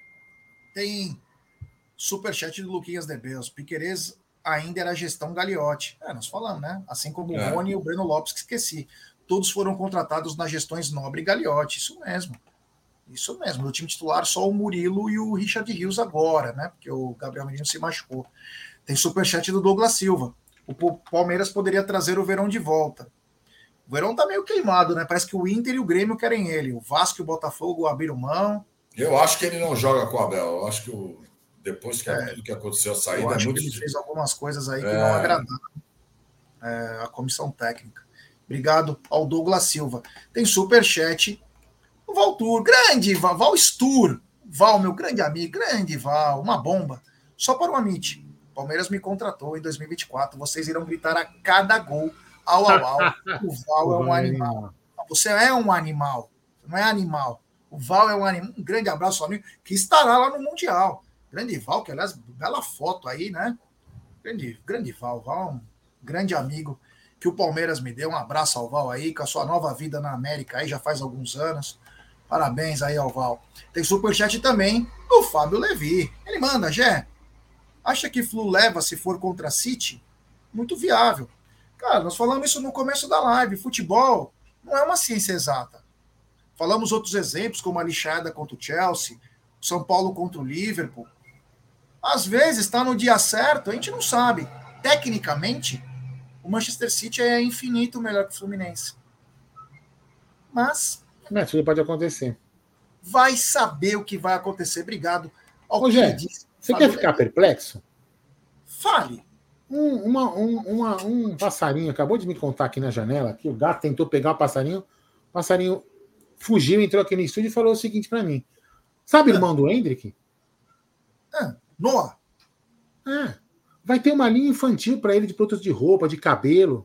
S2: Tem superchat do Luquinhas Debeus. Piquerez ainda era gestão Gagliotti. É, nós falamos, né? Assim como
S3: É.
S2: o Rony e o Breno Lopes, que esqueci. Todos foram contratados nas gestões Nobre e Gagliotti. Isso mesmo. Isso mesmo. No time titular, só o Murilo e o Richard Rios agora, né? Porque o Gabriel Menino se machucou. Tem superchat do Douglas Silva. O Palmeiras poderia trazer o Verón de volta. O Verón tá meio queimado, né? Parece que o Inter e o Grêmio querem ele. O Vasco e o Botafogo abriram mão.
S3: Eu acho que ele não joga com o Abel. Eu acho que o, depois que
S2: É,
S3: tudo que aconteceu, a saída
S2: eu acho
S3: é muito
S2: que ele
S3: difícil.
S2: fez algumas coisas aí que
S3: É.
S2: não agradaram é, a comissão técnica. Obrigado ao Douglas Silva. Tem superchat. O Valtur, grande Val, Val Stur. Val, meu grande amigo, grande Val, uma bomba. Só para o Amit. Palmeiras me contratou em dois mil e vinte e quatro. Vocês irão gritar a cada gol, au, au, au. O Val é um animal. Você é um animal. Não é animal. O Val é um animal. Um grande abraço, amigo, que estará lá no Mundial. Grande Val, que aliás, bela foto aí, né? Grande, grande Val. Val é um grande amigo que o Palmeiras me deu. Um abraço ao Val aí, com a sua nova vida na América aí, já faz alguns anos. Parabéns aí ao Val. Tem superchat também do Fábio Levi. Ele manda, Gé, acha que Flu leva se for contra a City? Muito viável. Cara, nós falamos isso no começo da live. Futebol não é uma ciência exata. Falamos outros exemplos, como a lixada contra o Chelsea, São Paulo contra o Liverpool. Às vezes está no dia certo, a gente não sabe. Tecnicamente, o Manchester City é infinito melhor que o Fluminense. Mas...
S1: Mas tudo pode acontecer.
S2: Vai saber o que vai acontecer. Obrigado ao
S1: Ô,
S2: que
S1: Gé,
S2: ele disse.
S1: você quer ficar perplexo?
S2: Fale.
S1: Um, uma, um, uma, um passarinho acabou de me contar aqui na janela que o gato tentou pegar o passarinho, o passarinho fugiu, entrou aqui no estúdio e falou o seguinte para mim. Sabe o irmão do Hendrick?
S2: Ah, Noah.
S1: Ah, vai ter uma linha infantil para ele de produtos de roupa, de cabelo.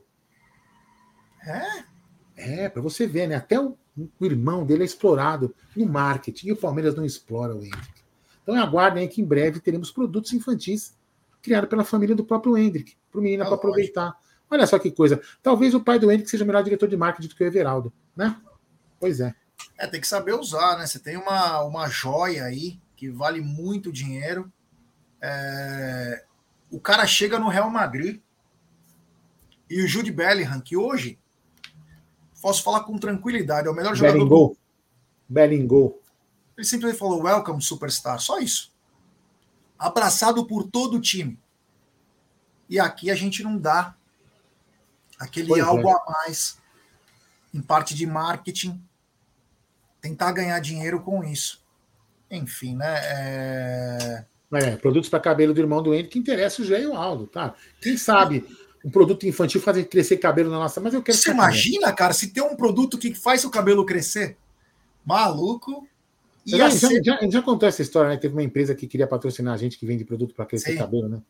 S2: É?
S1: É, para você ver, né? Até o, o irmão dele é explorado no marketing e o Palmeiras não explora o Hendrick. Então aguardem aí que em breve teremos produtos infantis criados pela família do próprio Hendrick, para o menino
S2: É
S1: para aproveitar. Olha só que coisa. Talvez o pai do Hendrick seja o melhor diretor de marketing do que o Everaldo, né? Pois é.
S2: É, tem que saber usar, né? Você tem uma, uma joia aí que vale muito dinheiro. É... O cara chega no Real Madrid e o Jude Bellingham, que hoje, posso falar com tranquilidade, é o melhor jogador do mundo.
S1: Bellingham.
S2: Ele simplesmente falou, welcome, superstar. Só isso. Abraçado por todo o time. E aqui a gente não dá aquele
S1: Pois
S2: algo
S1: é.
S2: a mais em parte de marketing, tentar ganhar dinheiro com isso. Enfim, né? É...
S1: É, produtos para cabelo do irmão do Hendrick que interessa o Gé e o Aldo, tá? Quem sabe um produto infantil fazer crescer cabelo na nossa... Mas eu quero...
S2: Você imagina, cara, se tem um produto que faz o cabelo crescer? Maluco...
S1: Já, ser... já, já, já contou essa história, né? Teve uma empresa que queria patrocinar a gente que vende produto para crescer Sim. cabelo, né?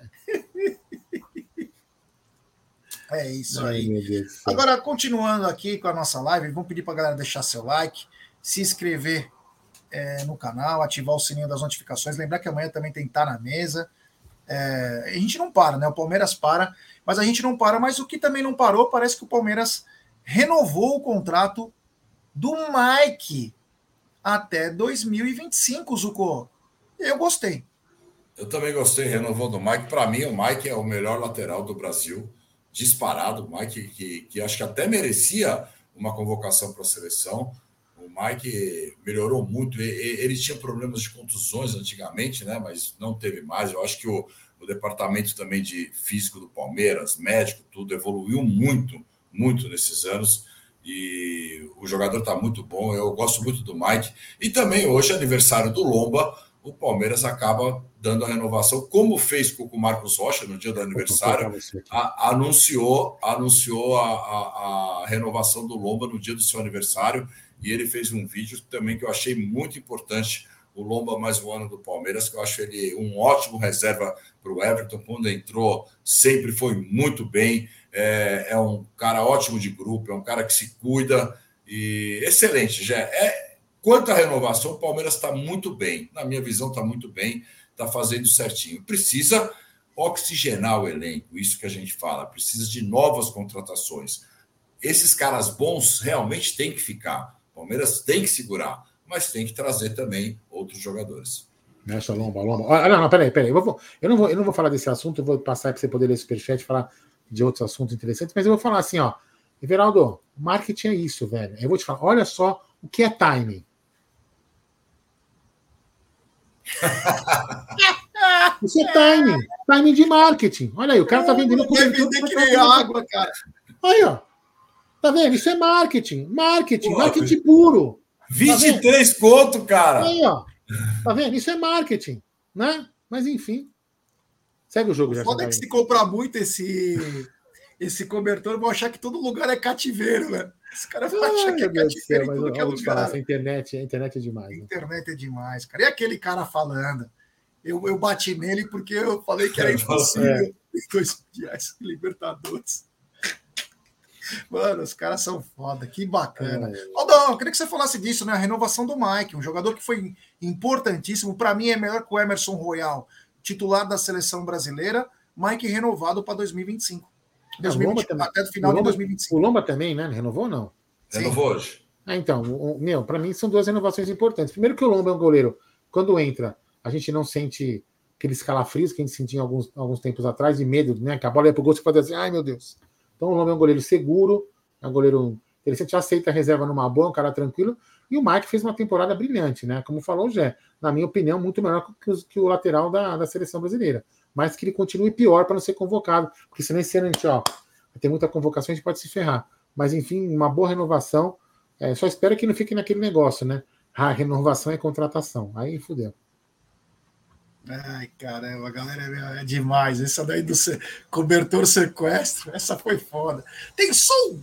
S2: É, é isso
S1: Ai,
S2: aí.
S1: Meu Deus
S2: Agora, continuando aqui com a nossa live, vamos pedir para a galera deixar seu like, se inscrever é, no canal, ativar o sininho das notificações. Lembrar que amanhã também tem que estar na mesa. É, a gente não para, né? O Palmeiras para, mas a gente não para. Mas o que também não parou, parece que o Palmeiras renovou o contrato do Mike até dois mil e vinte e cinco, Zucco. Eu gostei.
S3: Eu também gostei, renovou do Mike. Para mim, o Mike é o melhor lateral do Brasil, disparado. O Mike, que, que acho que até merecia uma convocação para a seleção. O Mike melhorou muito. Ele tinha problemas de contusões antigamente, né? Mas não teve mais. Eu acho que o, o departamento também de físico do Palmeiras, médico, tudo, evoluiu muito, muito nesses anos. E o jogador está muito bom, eu gosto muito do Mike. E também hoje, aniversário do Lomba, o Palmeiras acaba dando a renovação, como fez com o Marcos Rocha no dia do aniversário, a, anunciou, anunciou a, a, a renovação do Lomba no dia do seu aniversário, e ele fez um vídeo também que eu achei muito importante, o Lomba mais um ano do Palmeiras, que eu acho ele um ótimo reserva para o Everton, quando entrou sempre foi muito bem, é, é um cara ótimo de grupo, é um cara que se cuida, E excelente, Gé. É, quanto à renovação, o Palmeiras está muito bem. Na minha visão, está muito bem, está fazendo certinho. Precisa oxigenar o elenco, isso que a gente fala. Precisa de novas contratações. Esses caras bons realmente têm que ficar. O Palmeiras tem que segurar, mas tem que trazer também outros jogadores.
S1: Mexa, lomba, lomba. Olha, não, não, peraí, peraí. Eu, vou, eu, não vou, eu não vou falar desse assunto, eu vou passar para você poder ler o superchat e falar de outros assuntos interessantes, mas eu vou falar assim, ó. Everaldo, marketing é isso, velho. Eu vou te falar, olha só o que é timing. Isso é timing. Timing de marketing. Olha aí, o cara tá vendendo
S2: cobertura. Vender que nem água, cara.
S1: Aí, ó. Tá vendo? Isso é marketing. Marketing. Pô, marketing puro.
S3: vinte e três tá conto, cara.
S1: Aí, ó. Tá vendo? Isso é marketing. Né? Mas, enfim. Segue o jogo.
S2: O foda é que se comprar muito esse, esse cobertor, vão achar que todo lugar é cativeiro, né? Os caras vão achar que é cativeiro em tudo que é lugar.
S1: Falar, essa internet, a internet é demais.
S2: A internet né? é demais, cara. E aquele cara falando... Eu, eu bati nele porque eu falei que era impossível é. dois dias Libertadores. Mano, os caras são foda, que bacana. É. Aldão, eu queria que você falasse disso, né? A renovação do Mike, um jogador que foi importantíssimo. Para mim é melhor que o Emerson Royal, titular da seleção brasileira. Mike renovado para dois mil e vinte e cinco. dois mil e vinte,
S1: o
S2: até o final
S1: o Lomba,
S2: de dois mil e vinte e cinco.
S1: O Lomba também, né? Renovou ou não?
S3: Renovou hoje.
S1: Ah, então, o, meu, para mim são duas renovações importantes. Primeiro que o Lomba é um goleiro, quando entra, a gente não sente aqueles calafrios que a gente sentia alguns, alguns tempos atrás, de medo, né? Que a bola ia pro gol, você pode dizer assim, ai meu Deus. Então o Lomba é um goleiro seguro, é um goleiro interessante, aceita a reserva numa boa, um cara tranquilo, e o Mike fez uma temporada brilhante, né? Como falou o Gé, na minha opinião, muito melhor que o, que o lateral da, da seleção brasileira. Mas que ele continue pior para não ser convocado, porque senão esse ano a gente, ó, tem muita convocação, a gente pode se ferrar. Mas enfim, uma boa renovação, é, só espero que não fique naquele negócio, né? Ah, renovação é contratação. Aí fudeu.
S2: Ai, caramba, a galera é demais. Essa daí do cobertor sequestro, essa foi foda. Tem só um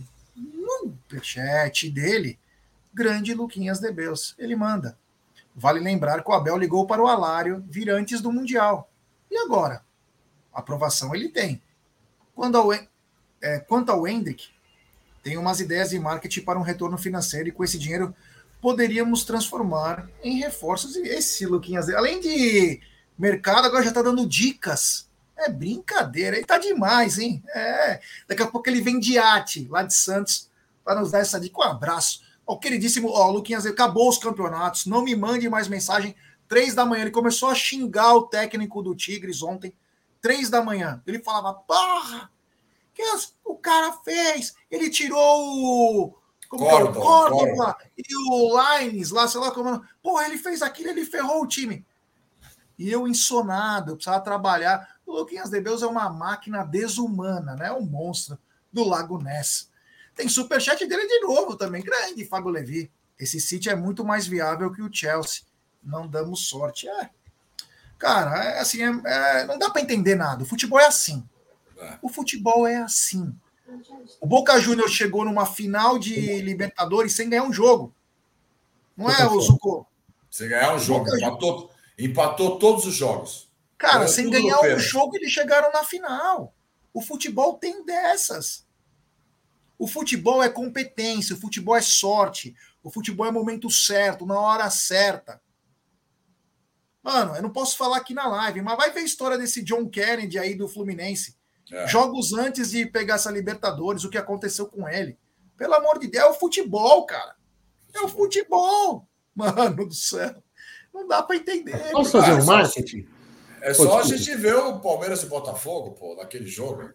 S2: superchat dele, grande Luquinhas de Beus. Ele manda. Vale lembrar que o Abel ligou para o Alário vir antes do Mundial. E agora? Aprovação ele tem. Quando ao, é, quanto ao Hendrick, tem umas ideias de marketing para um retorno financeiro e com esse dinheiro poderíamos transformar em reforços. E esse Luquinhas, além de mercado, agora já tá dando dicas. É brincadeira. Ele tá demais, hein? É. Daqui a pouco ele vem de iate, lá de Santos, para nos dar essa dica. Um abraço. Ó, queridíssimo, ó, Luquinhas, acabou os campeonatos. Não me mande mais mensagem. Três da manhã. Ele começou a xingar o técnico do Tigres ontem. Três da manhã. Ele falava, porra, que o cara fez? Ele tirou o... Como Córdoba, que é? O Córdoba e o Lines lá, sei lá como... Porra, ele fez aquilo, ele ferrou o time. E eu ensonado, eu precisava trabalhar. O Luquinhas de Beus é uma máquina desumana, né? Um monstro do Lago Ness. Tem superchat dele de novo também. Grande, Fábio Levi. Esse City é muito mais viável que o Chelsea. Não damos sorte. É. Cara, é assim, é, é, não dá para entender nada. O futebol é assim. O futebol é assim. O Boca Juniors chegou numa final de Libertadores sem ganhar um jogo. Não é, o Zucco?
S3: Sem ganhar um jogo. Empatou, empatou todos os jogos.
S2: Cara, Era sem ganhar um jogo, eles chegaram na final. O futebol tem dessas. O futebol é competência, o futebol é sorte, o futebol é momento certo, na hora certa. Mano, eu não posso falar aqui na live, mas vai ver a história desse John Kennedy aí do Fluminense. É. Jogos antes de pegar essa Libertadores, o que aconteceu com ele. Pelo amor de Deus, é o futebol, cara. É o futebol. Mano do céu. Não dá para entender.
S1: Posso fazer um marketing?
S3: É só pô, a gente ver o Palmeiras e Botafogo, pô, naquele jogo.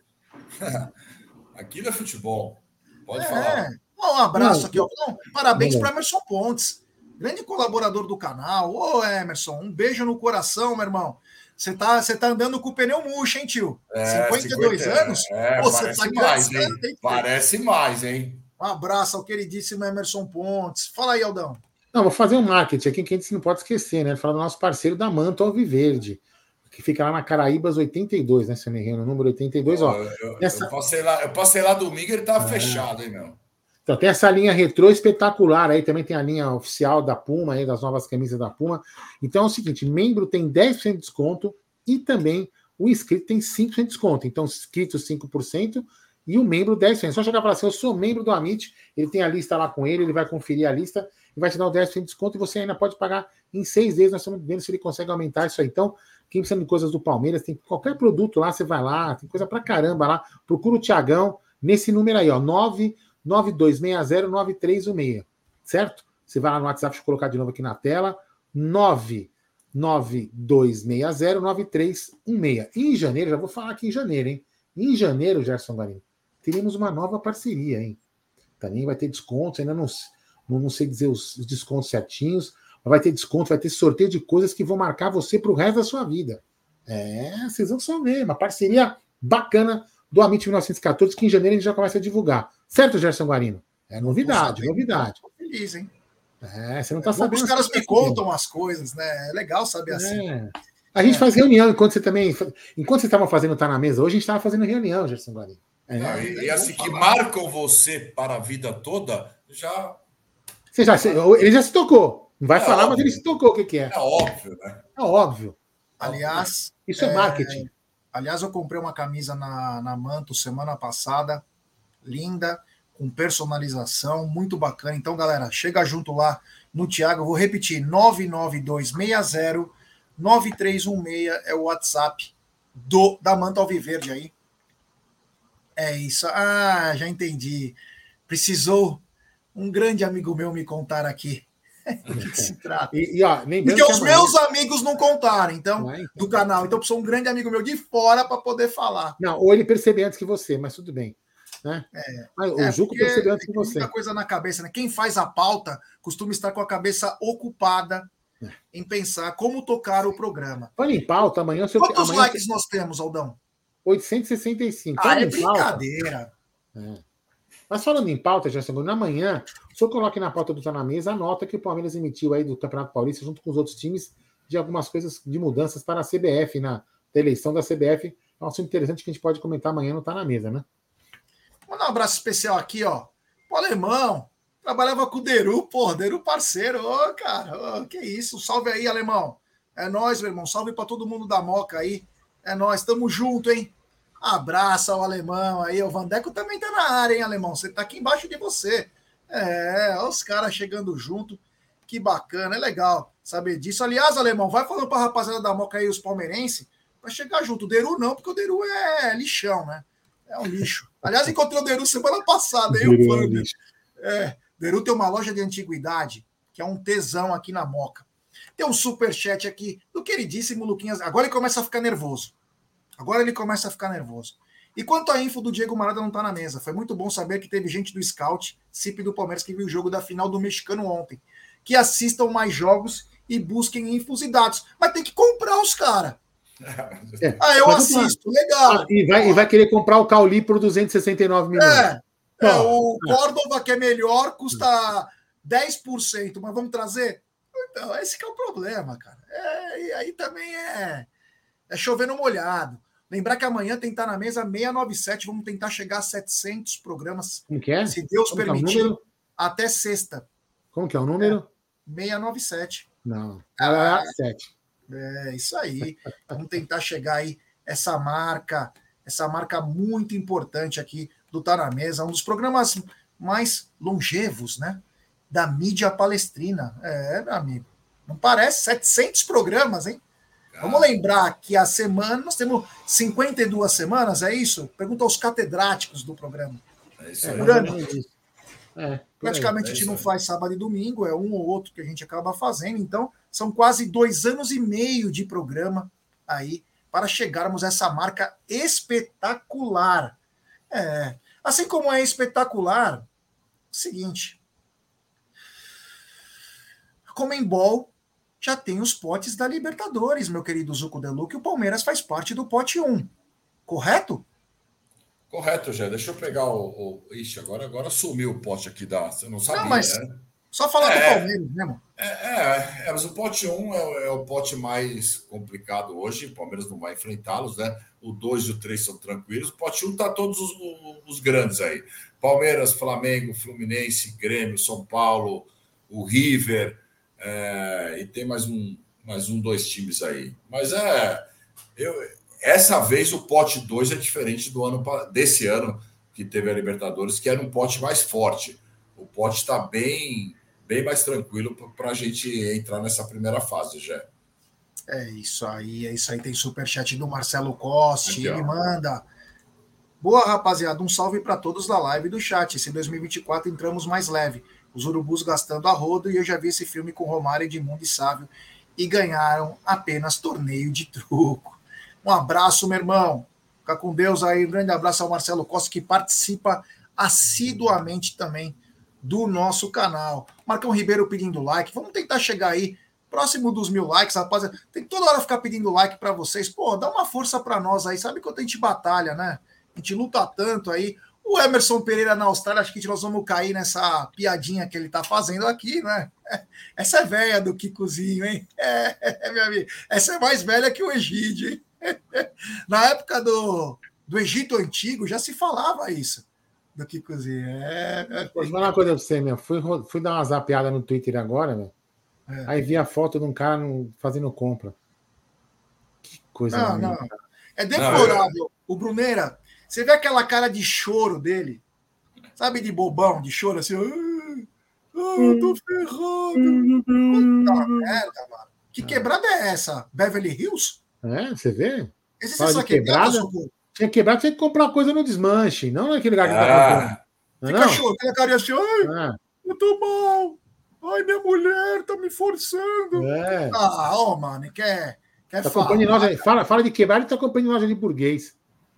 S3: Aquilo é futebol. Pode é. falar.
S2: Um abraço não, aqui. Ó. Não, parabéns para Emerson Pontes. Grande colaborador do canal. Ô, Emerson, um beijo no coração, meu irmão. Você tá, você tá andando com o pneu murcho, hein, tio?
S3: É,
S2: cinquenta e dois
S3: cinquenta,
S2: anos?
S3: É, Pô, parece tá mais, hein? hein? Parece mais, hein?
S2: Um abraço ao queridíssimo Emerson Pontes. Fala aí, Aldão.
S1: Não, vou fazer um marketing aqui que a gente não pode esquecer, né? Falar do nosso parceiro da Manto Alviverde, que fica lá na Caraíbas oitenta e dois, né? Se eu não me engano, número oitenta e dois, ó.
S3: Eu, eu, essa... eu, passei lá, eu passei lá domingo e ele tava é. fechado, hein, meu?
S1: Então tem essa linha retrô espetacular aí, também tem a linha oficial da Puma, aí, das novas camisas da Puma. Então é o seguinte, membro tem dez por cento de desconto e também o inscrito tem cinco por cento de desconto. Então inscrito cinco por cento e o membro dez por cento. Só chegar e falar assim, eu sou membro do Amit, ele tem a lista lá com ele, ele vai conferir a lista e vai te dar o dez por cento de desconto e você ainda pode pagar em seis vezes. Nós estamos vendo se ele consegue aumentar isso aí. Então, quem precisa de coisas do Palmeiras, tem qualquer produto lá, você vai lá, tem coisa pra caramba lá. Procura o Thiagão nesse número aí, ó, nove nove dois seis zero nove três um seis, certo? Você vai lá no WhatsApp, deixa eu colocar de novo aqui na tela, nove nove dois seis zero nove três um seis. E em janeiro, já vou falar aqui em janeiro, hein? Em janeiro, Gerson Guarino, teremos uma nova parceria, hein? Também vai ter descontos, ainda não, não sei dizer os descontos certinhos, mas vai ter desconto, vai ter sorteio de coisas que vão marcar você pro resto da sua vida. É, vocês vão só ver, uma parceria bacana do Amit mil novecentos e quatorze, que em janeiro a gente já começa a divulgar. Certo, Gerson Guarino? É novidade, novidade.
S2: Tô feliz, hein?
S1: É, você não tá
S2: é
S1: sabendo.
S2: Os caras me contam as coisas, né? É legal saber
S1: é.
S2: assim.
S1: A gente é. faz reunião enquanto você também. Enquanto você estava fazendo Tá na Mesa, hoje a gente estava fazendo reunião, Gerson Guarino.
S3: É. Não, e, e assim, que marcam você para a vida toda, já.
S1: Você já ele já se tocou. Não vai é falar, óbvio. Mas ele se tocou o que, que é.
S3: É óbvio, né?
S1: É óbvio.
S2: Aliás.
S1: Isso é, é marketing.
S2: Aliás, eu comprei uma camisa na, na Manto semana passada. Linda. Com personalização, muito bacana. Então, galera, chega junto lá no Thiago. Eu vou repetir: nove nove dois seis zero nove três um seis é o WhatsApp do, da Manta Alviverde aí. É isso. Ah, já entendi. Precisou um grande amigo meu me contar aqui. O que, que se trata?
S1: E, e, ó,
S2: Porque os amanhã... meus amigos não contaram, então, ah, então, do canal. Então, precisou um grande amigo meu de fora para poder falar.
S1: Não, ou ele percebeu antes que você, mas tudo bem. Né?
S2: É,
S1: Mas o
S2: é,
S1: Juco percebeu antes que você.
S2: Tem muita coisa na cabeça, né? Quem faz a pauta costuma estar com a cabeça ocupada é. em pensar como tocar o programa.
S1: Olha em pauta, amanhã... Seu...
S2: Quantos
S1: amanhã...
S2: likes nós temos, Aldão?
S1: oitocentos e sessenta e cinco.
S2: Ah, é brincadeira.
S1: É. Mas falando em pauta, já segundo, amanhã, o senhor coloque na pauta do Tá na Mesa a nota que o Palmeiras emitiu aí do Campeonato Paulista, junto com os outros times, de algumas coisas de mudanças para a C B F, na eleição da C B F. É um assunto interessante que a gente pode comentar amanhã no Tá na Mesa, né?
S2: Mandar um abraço especial aqui, ó. O Alemão. Trabalhava com o Deru, pô. Deru parceiro. Ô, cara. Ô, que isso. Salve aí, Alemão. É nóis, meu irmão. Salve pra todo mundo da Moca aí. É nóis. Tamo junto, hein? Abraça o Alemão aí. O Vandeco também tá na área, hein, Alemão? Você tá aqui embaixo de você. É, os caras chegando junto. Que bacana. É legal saber disso. Aliás, Alemão, vai falando pra rapaziada da Moca aí, os palmeirenses, pra chegar junto. O Deru não, porque o Deru é lixão, né? É um lixo. Aliás, encontrei o Deru semana passada, hein?
S1: Deru,
S2: o é, é, Deru tem uma loja de antiguidade, que é um tesão aqui na Moca. Tem um superchat aqui do queridíssimo Luquinhas. Agora ele começa a ficar nervoso. Agora ele começa a ficar nervoso. E quanto à info do Diego Marada não tá na mesa, foi muito bom saber que teve gente do Scout, C I P do Palmeiras, que viu o jogo da final do Mexicano ontem. Que assistam mais jogos e busquem infos e dados. Mas tem que comprar os caras. É, ah, eu assisto, legal.
S1: Ah, e, vai, e vai querer comprar o Cauli por duzentos e sessenta e nove milhões.
S2: É, é o Córdoba, que é melhor, custa dez por cento, mas vamos trazer? Então, esse que é o problema, cara. É, e aí também é, é chover no molhado. Lembrar que amanhã tem que estar na mesa seiscentos e noventa e sete, vamos tentar chegar a setecentos programas.
S1: Como que é?
S2: Se Deus
S1: Como
S2: permitir,
S1: é
S2: até sexta.
S1: Como que é o número?
S2: É, seiscentos e noventa e sete.
S1: Não, ah, sete.
S2: É, isso aí. Vamos tentar chegar aí essa marca, essa marca muito importante aqui do Tá na Mesa, um dos programas mais longevos, né? Da mídia palestrina. É, meu amigo. Não parece? setecentos programas, hein? Ah. Vamos lembrar que a semana, nós temos cinquenta e duas semanas, é isso? Pergunta aos catedráticos do programa.
S3: É isso aí.
S2: Por ano.
S1: É,
S2: Praticamente
S3: é
S2: a gente não faz sábado e domingo, é um ou outro que a gente acaba fazendo, então são quase dois anos e meio de programa aí para chegarmos a essa marca espetacular. É, assim como é espetacular, é o seguinte, a Conmebol já tem os potes da Libertadores, meu querido Zuco Delu, que o Palmeiras faz parte do pote um, correto?
S3: Correto, já. Deixa eu pegar o. o... Ixi, agora, agora sumiu o pote aqui da. Você não sabia,
S2: não, mas
S3: né?
S2: Só falar
S3: é,
S2: do Palmeiras mesmo.
S3: É, é, é, mas o pote um é, é o pote mais complicado hoje. O Palmeiras não vai enfrentá-los, né? O dois e o três são tranquilos. O pote um tá todos os, os grandes aí: Palmeiras, Flamengo, Fluminense, Grêmio, São Paulo, o River, é, e tem mais um, mais um, dois times aí. Mas é. Eu, Essa vez o pote dois é diferente do ano desse ano, que teve a Libertadores, que era um pote mais forte. O pote está bem, bem mais tranquilo para a gente entrar nessa primeira fase, já.
S2: É isso aí, é isso aí. Tem superchat do Marcelo Costa,
S3: Aqui,
S2: ele
S3: ó.
S2: manda. Boa, rapaziada, um salve para todos da live do chat. Esse dois mil e vinte e quatro entramos mais leve. Os urubus gastando a rodo e eu já vi esse filme com Romário, Edmundo e Sávio e ganharam apenas torneio de truco. Um abraço, meu irmão. Fica com Deus aí. Um grande abraço ao Marcelo Costa, que participa assiduamente também do nosso canal. Marcão Ribeiro pedindo like. Vamos tentar chegar aí próximo dos mil likes, rapaziada. Tem que toda hora ficar pedindo like para vocês. Pô, dá uma força para nós aí. Sabe quanto a gente batalha, né? A gente luta tanto aí. O Emerson Pereira na Austrália, acho que nós vamos cair nessa piadinha que ele tá fazendo aqui, né? Essa é velha do Kikozinho, hein? É, é, minha amiga. Essa é mais velha que o Egídio, hein? Na época do, do Egito Antigo já se falava isso do Kikozinho. É,
S1: Vou falar uma coisa pra você, meu. Fui, fui dar uma zapeada no Twitter agora, meu. É. Aí vi a foto de um cara no, fazendo compra. Que coisa.
S2: Não, não. É deplorável. Não, eu... O Bruneira, você vê aquela cara de choro dele? Sabe, de bobão, de choro assim? Ah, eu tô ferrado. Puta merda, mano. Que quebrada é essa? Beverly Hills?
S1: É, você vê?
S2: Esse é
S1: quebrada. Tinha quebrado, tinha que comprar coisa no desmanche, não naquele lugar que ah, tá comprando.
S2: Não fica chorando, aquela carinha assim, ai, ah. eu tô mal. Ai, minha mulher tá me forçando.
S1: É.
S2: Ah, ó, oh, mano, quer, quer
S1: tá
S2: falar.
S1: Loja, fala, fala de quebrado e tá comprando loja de burguês.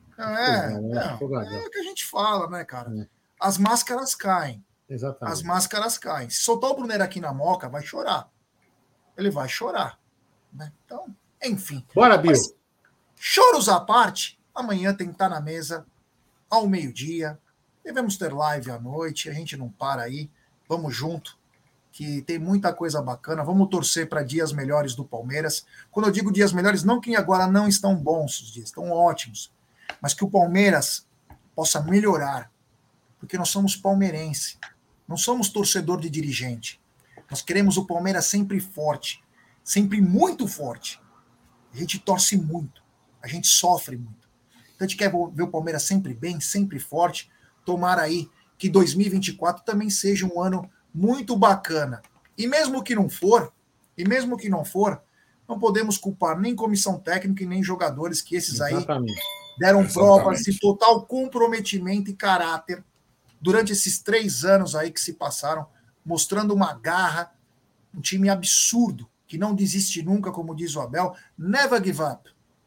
S2: É, não, é o que a gente fala, né, cara? É. As máscaras caem.
S1: Exatamente.
S2: As máscaras caem. Se soltar o Bruneiro aqui na Moca, vai chorar. Ele vai chorar. Né? Então, enfim.
S1: Bora, Bill. Mas,
S2: choros à parte, amanhã tem que estar na mesa ao meio-dia. Devemos ter live à noite. A gente não para aí. Vamos junto, que tem muita coisa bacana. Vamos torcer para dias melhores do Palmeiras. Quando eu digo dias melhores, não que agora não estão bons os dias, estão ótimos. Mas que o Palmeiras possa melhorar. Porque nós somos palmeirense. Não somos torcedor de dirigente. Nós queremos o Palmeiras sempre forte. Sempre muito forte. A gente torce muito. A gente sofre muito. Então a gente quer ver o Palmeiras sempre bem, sempre forte. Tomara aí que dois mil e vinte e quatro também seja um ano muito bacana. E mesmo que não for, e mesmo que não for, não podemos culpar nem comissão técnica e nem jogadores, que esses
S1: Exatamente.
S2: aí deram Exatamente. provas de total comprometimento e caráter durante esses três anos aí que se passaram, mostrando uma garra, um time absurdo, que não desiste nunca, como diz o Abel. Never give up.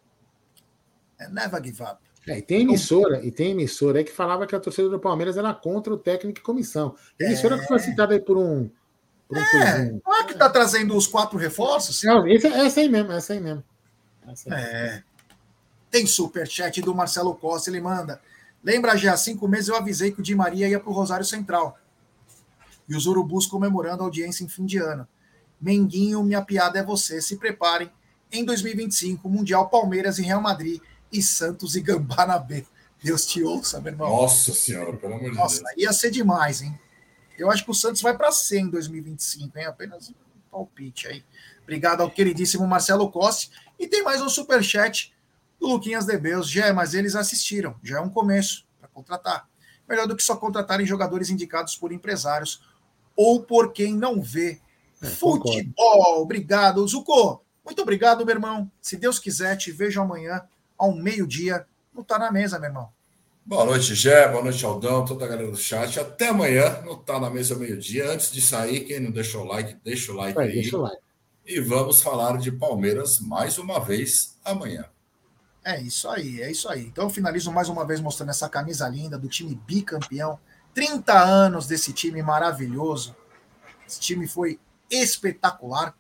S2: É never give up.
S1: É, e tem emissora, e tem emissora aí que falava que a torcida do Palmeiras era contra o técnico e comissão. Tem emissora é... que foi citada aí por um. Por um
S2: é, não é que tá trazendo os quatro reforços?
S1: Não, esse, essa aí mesmo, essa aí mesmo. Essa aí.
S2: É. Tem superchat do Marcelo Costa, ele manda. Lembra, já há cinco meses eu avisei que o Di Maria ia pro Rosário Central. E os urubus comemorando a audiência em fim de ano. Menguinho, minha piada é você. Se preparem. Em dois mil e vinte e cinco, Mundial Palmeiras e Real Madrid. E Santos e Gambá na B. Deus te ouça, meu irmão.
S3: Nossa senhora, pelo amor de
S2: Nossa,
S3: Deus.
S2: Nossa, ia ser demais, hein? Eu acho que o Santos vai para cem em dois mil e vinte e cinco, hein? Apenas um palpite aí. Obrigado ao queridíssimo Marcelo Costa. E tem mais um superchat do Luquinhas Debeus. Já, mas eles assistiram. Já é um começo para contratar. Melhor do que só contratarem jogadores indicados por empresários ou por quem não vê é, futebol. Concordo. Obrigado, Zucco. Muito obrigado, meu irmão. Se Deus quiser, te vejo amanhã ao meio-dia. Não tá na mesa, meu irmão.
S3: Boa noite, Gé. Boa noite, Aldão. Toda a galera do chat. Até amanhã. Não tá na mesa ao meio-dia. Antes de sair, quem não deixou o like, deixa o like
S1: é,
S3: aí.
S1: Deixa o like.
S3: E vamos falar de Palmeiras mais uma vez amanhã.
S2: É isso aí, é isso aí. Então eu finalizo mais uma vez mostrando essa camisa linda do time bicampeão. trinta anos desse time maravilhoso. Esse time foi espetacular.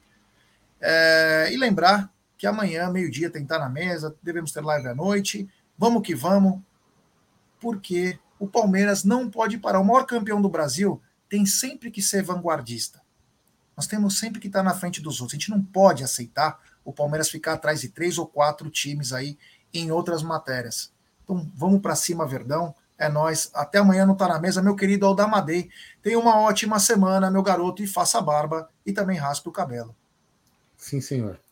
S2: É, e lembrar que amanhã, meio-dia, tem que estar na mesa, devemos ter live à noite. Vamos que vamos, porque o Palmeiras não pode parar. O maior campeão do Brasil tem sempre que ser vanguardista. Nós temos sempre que estar na frente dos outros. A gente não pode aceitar o Palmeiras ficar atrás de três ou quatro times aí em outras matérias. Então, vamos para cima, Verdão. É nóis. Até amanhã não tá na mesa, meu querido Aldamadei. Tenha uma ótima semana, meu garoto, e faça barba e também raspe o cabelo.
S1: Sim, senhor.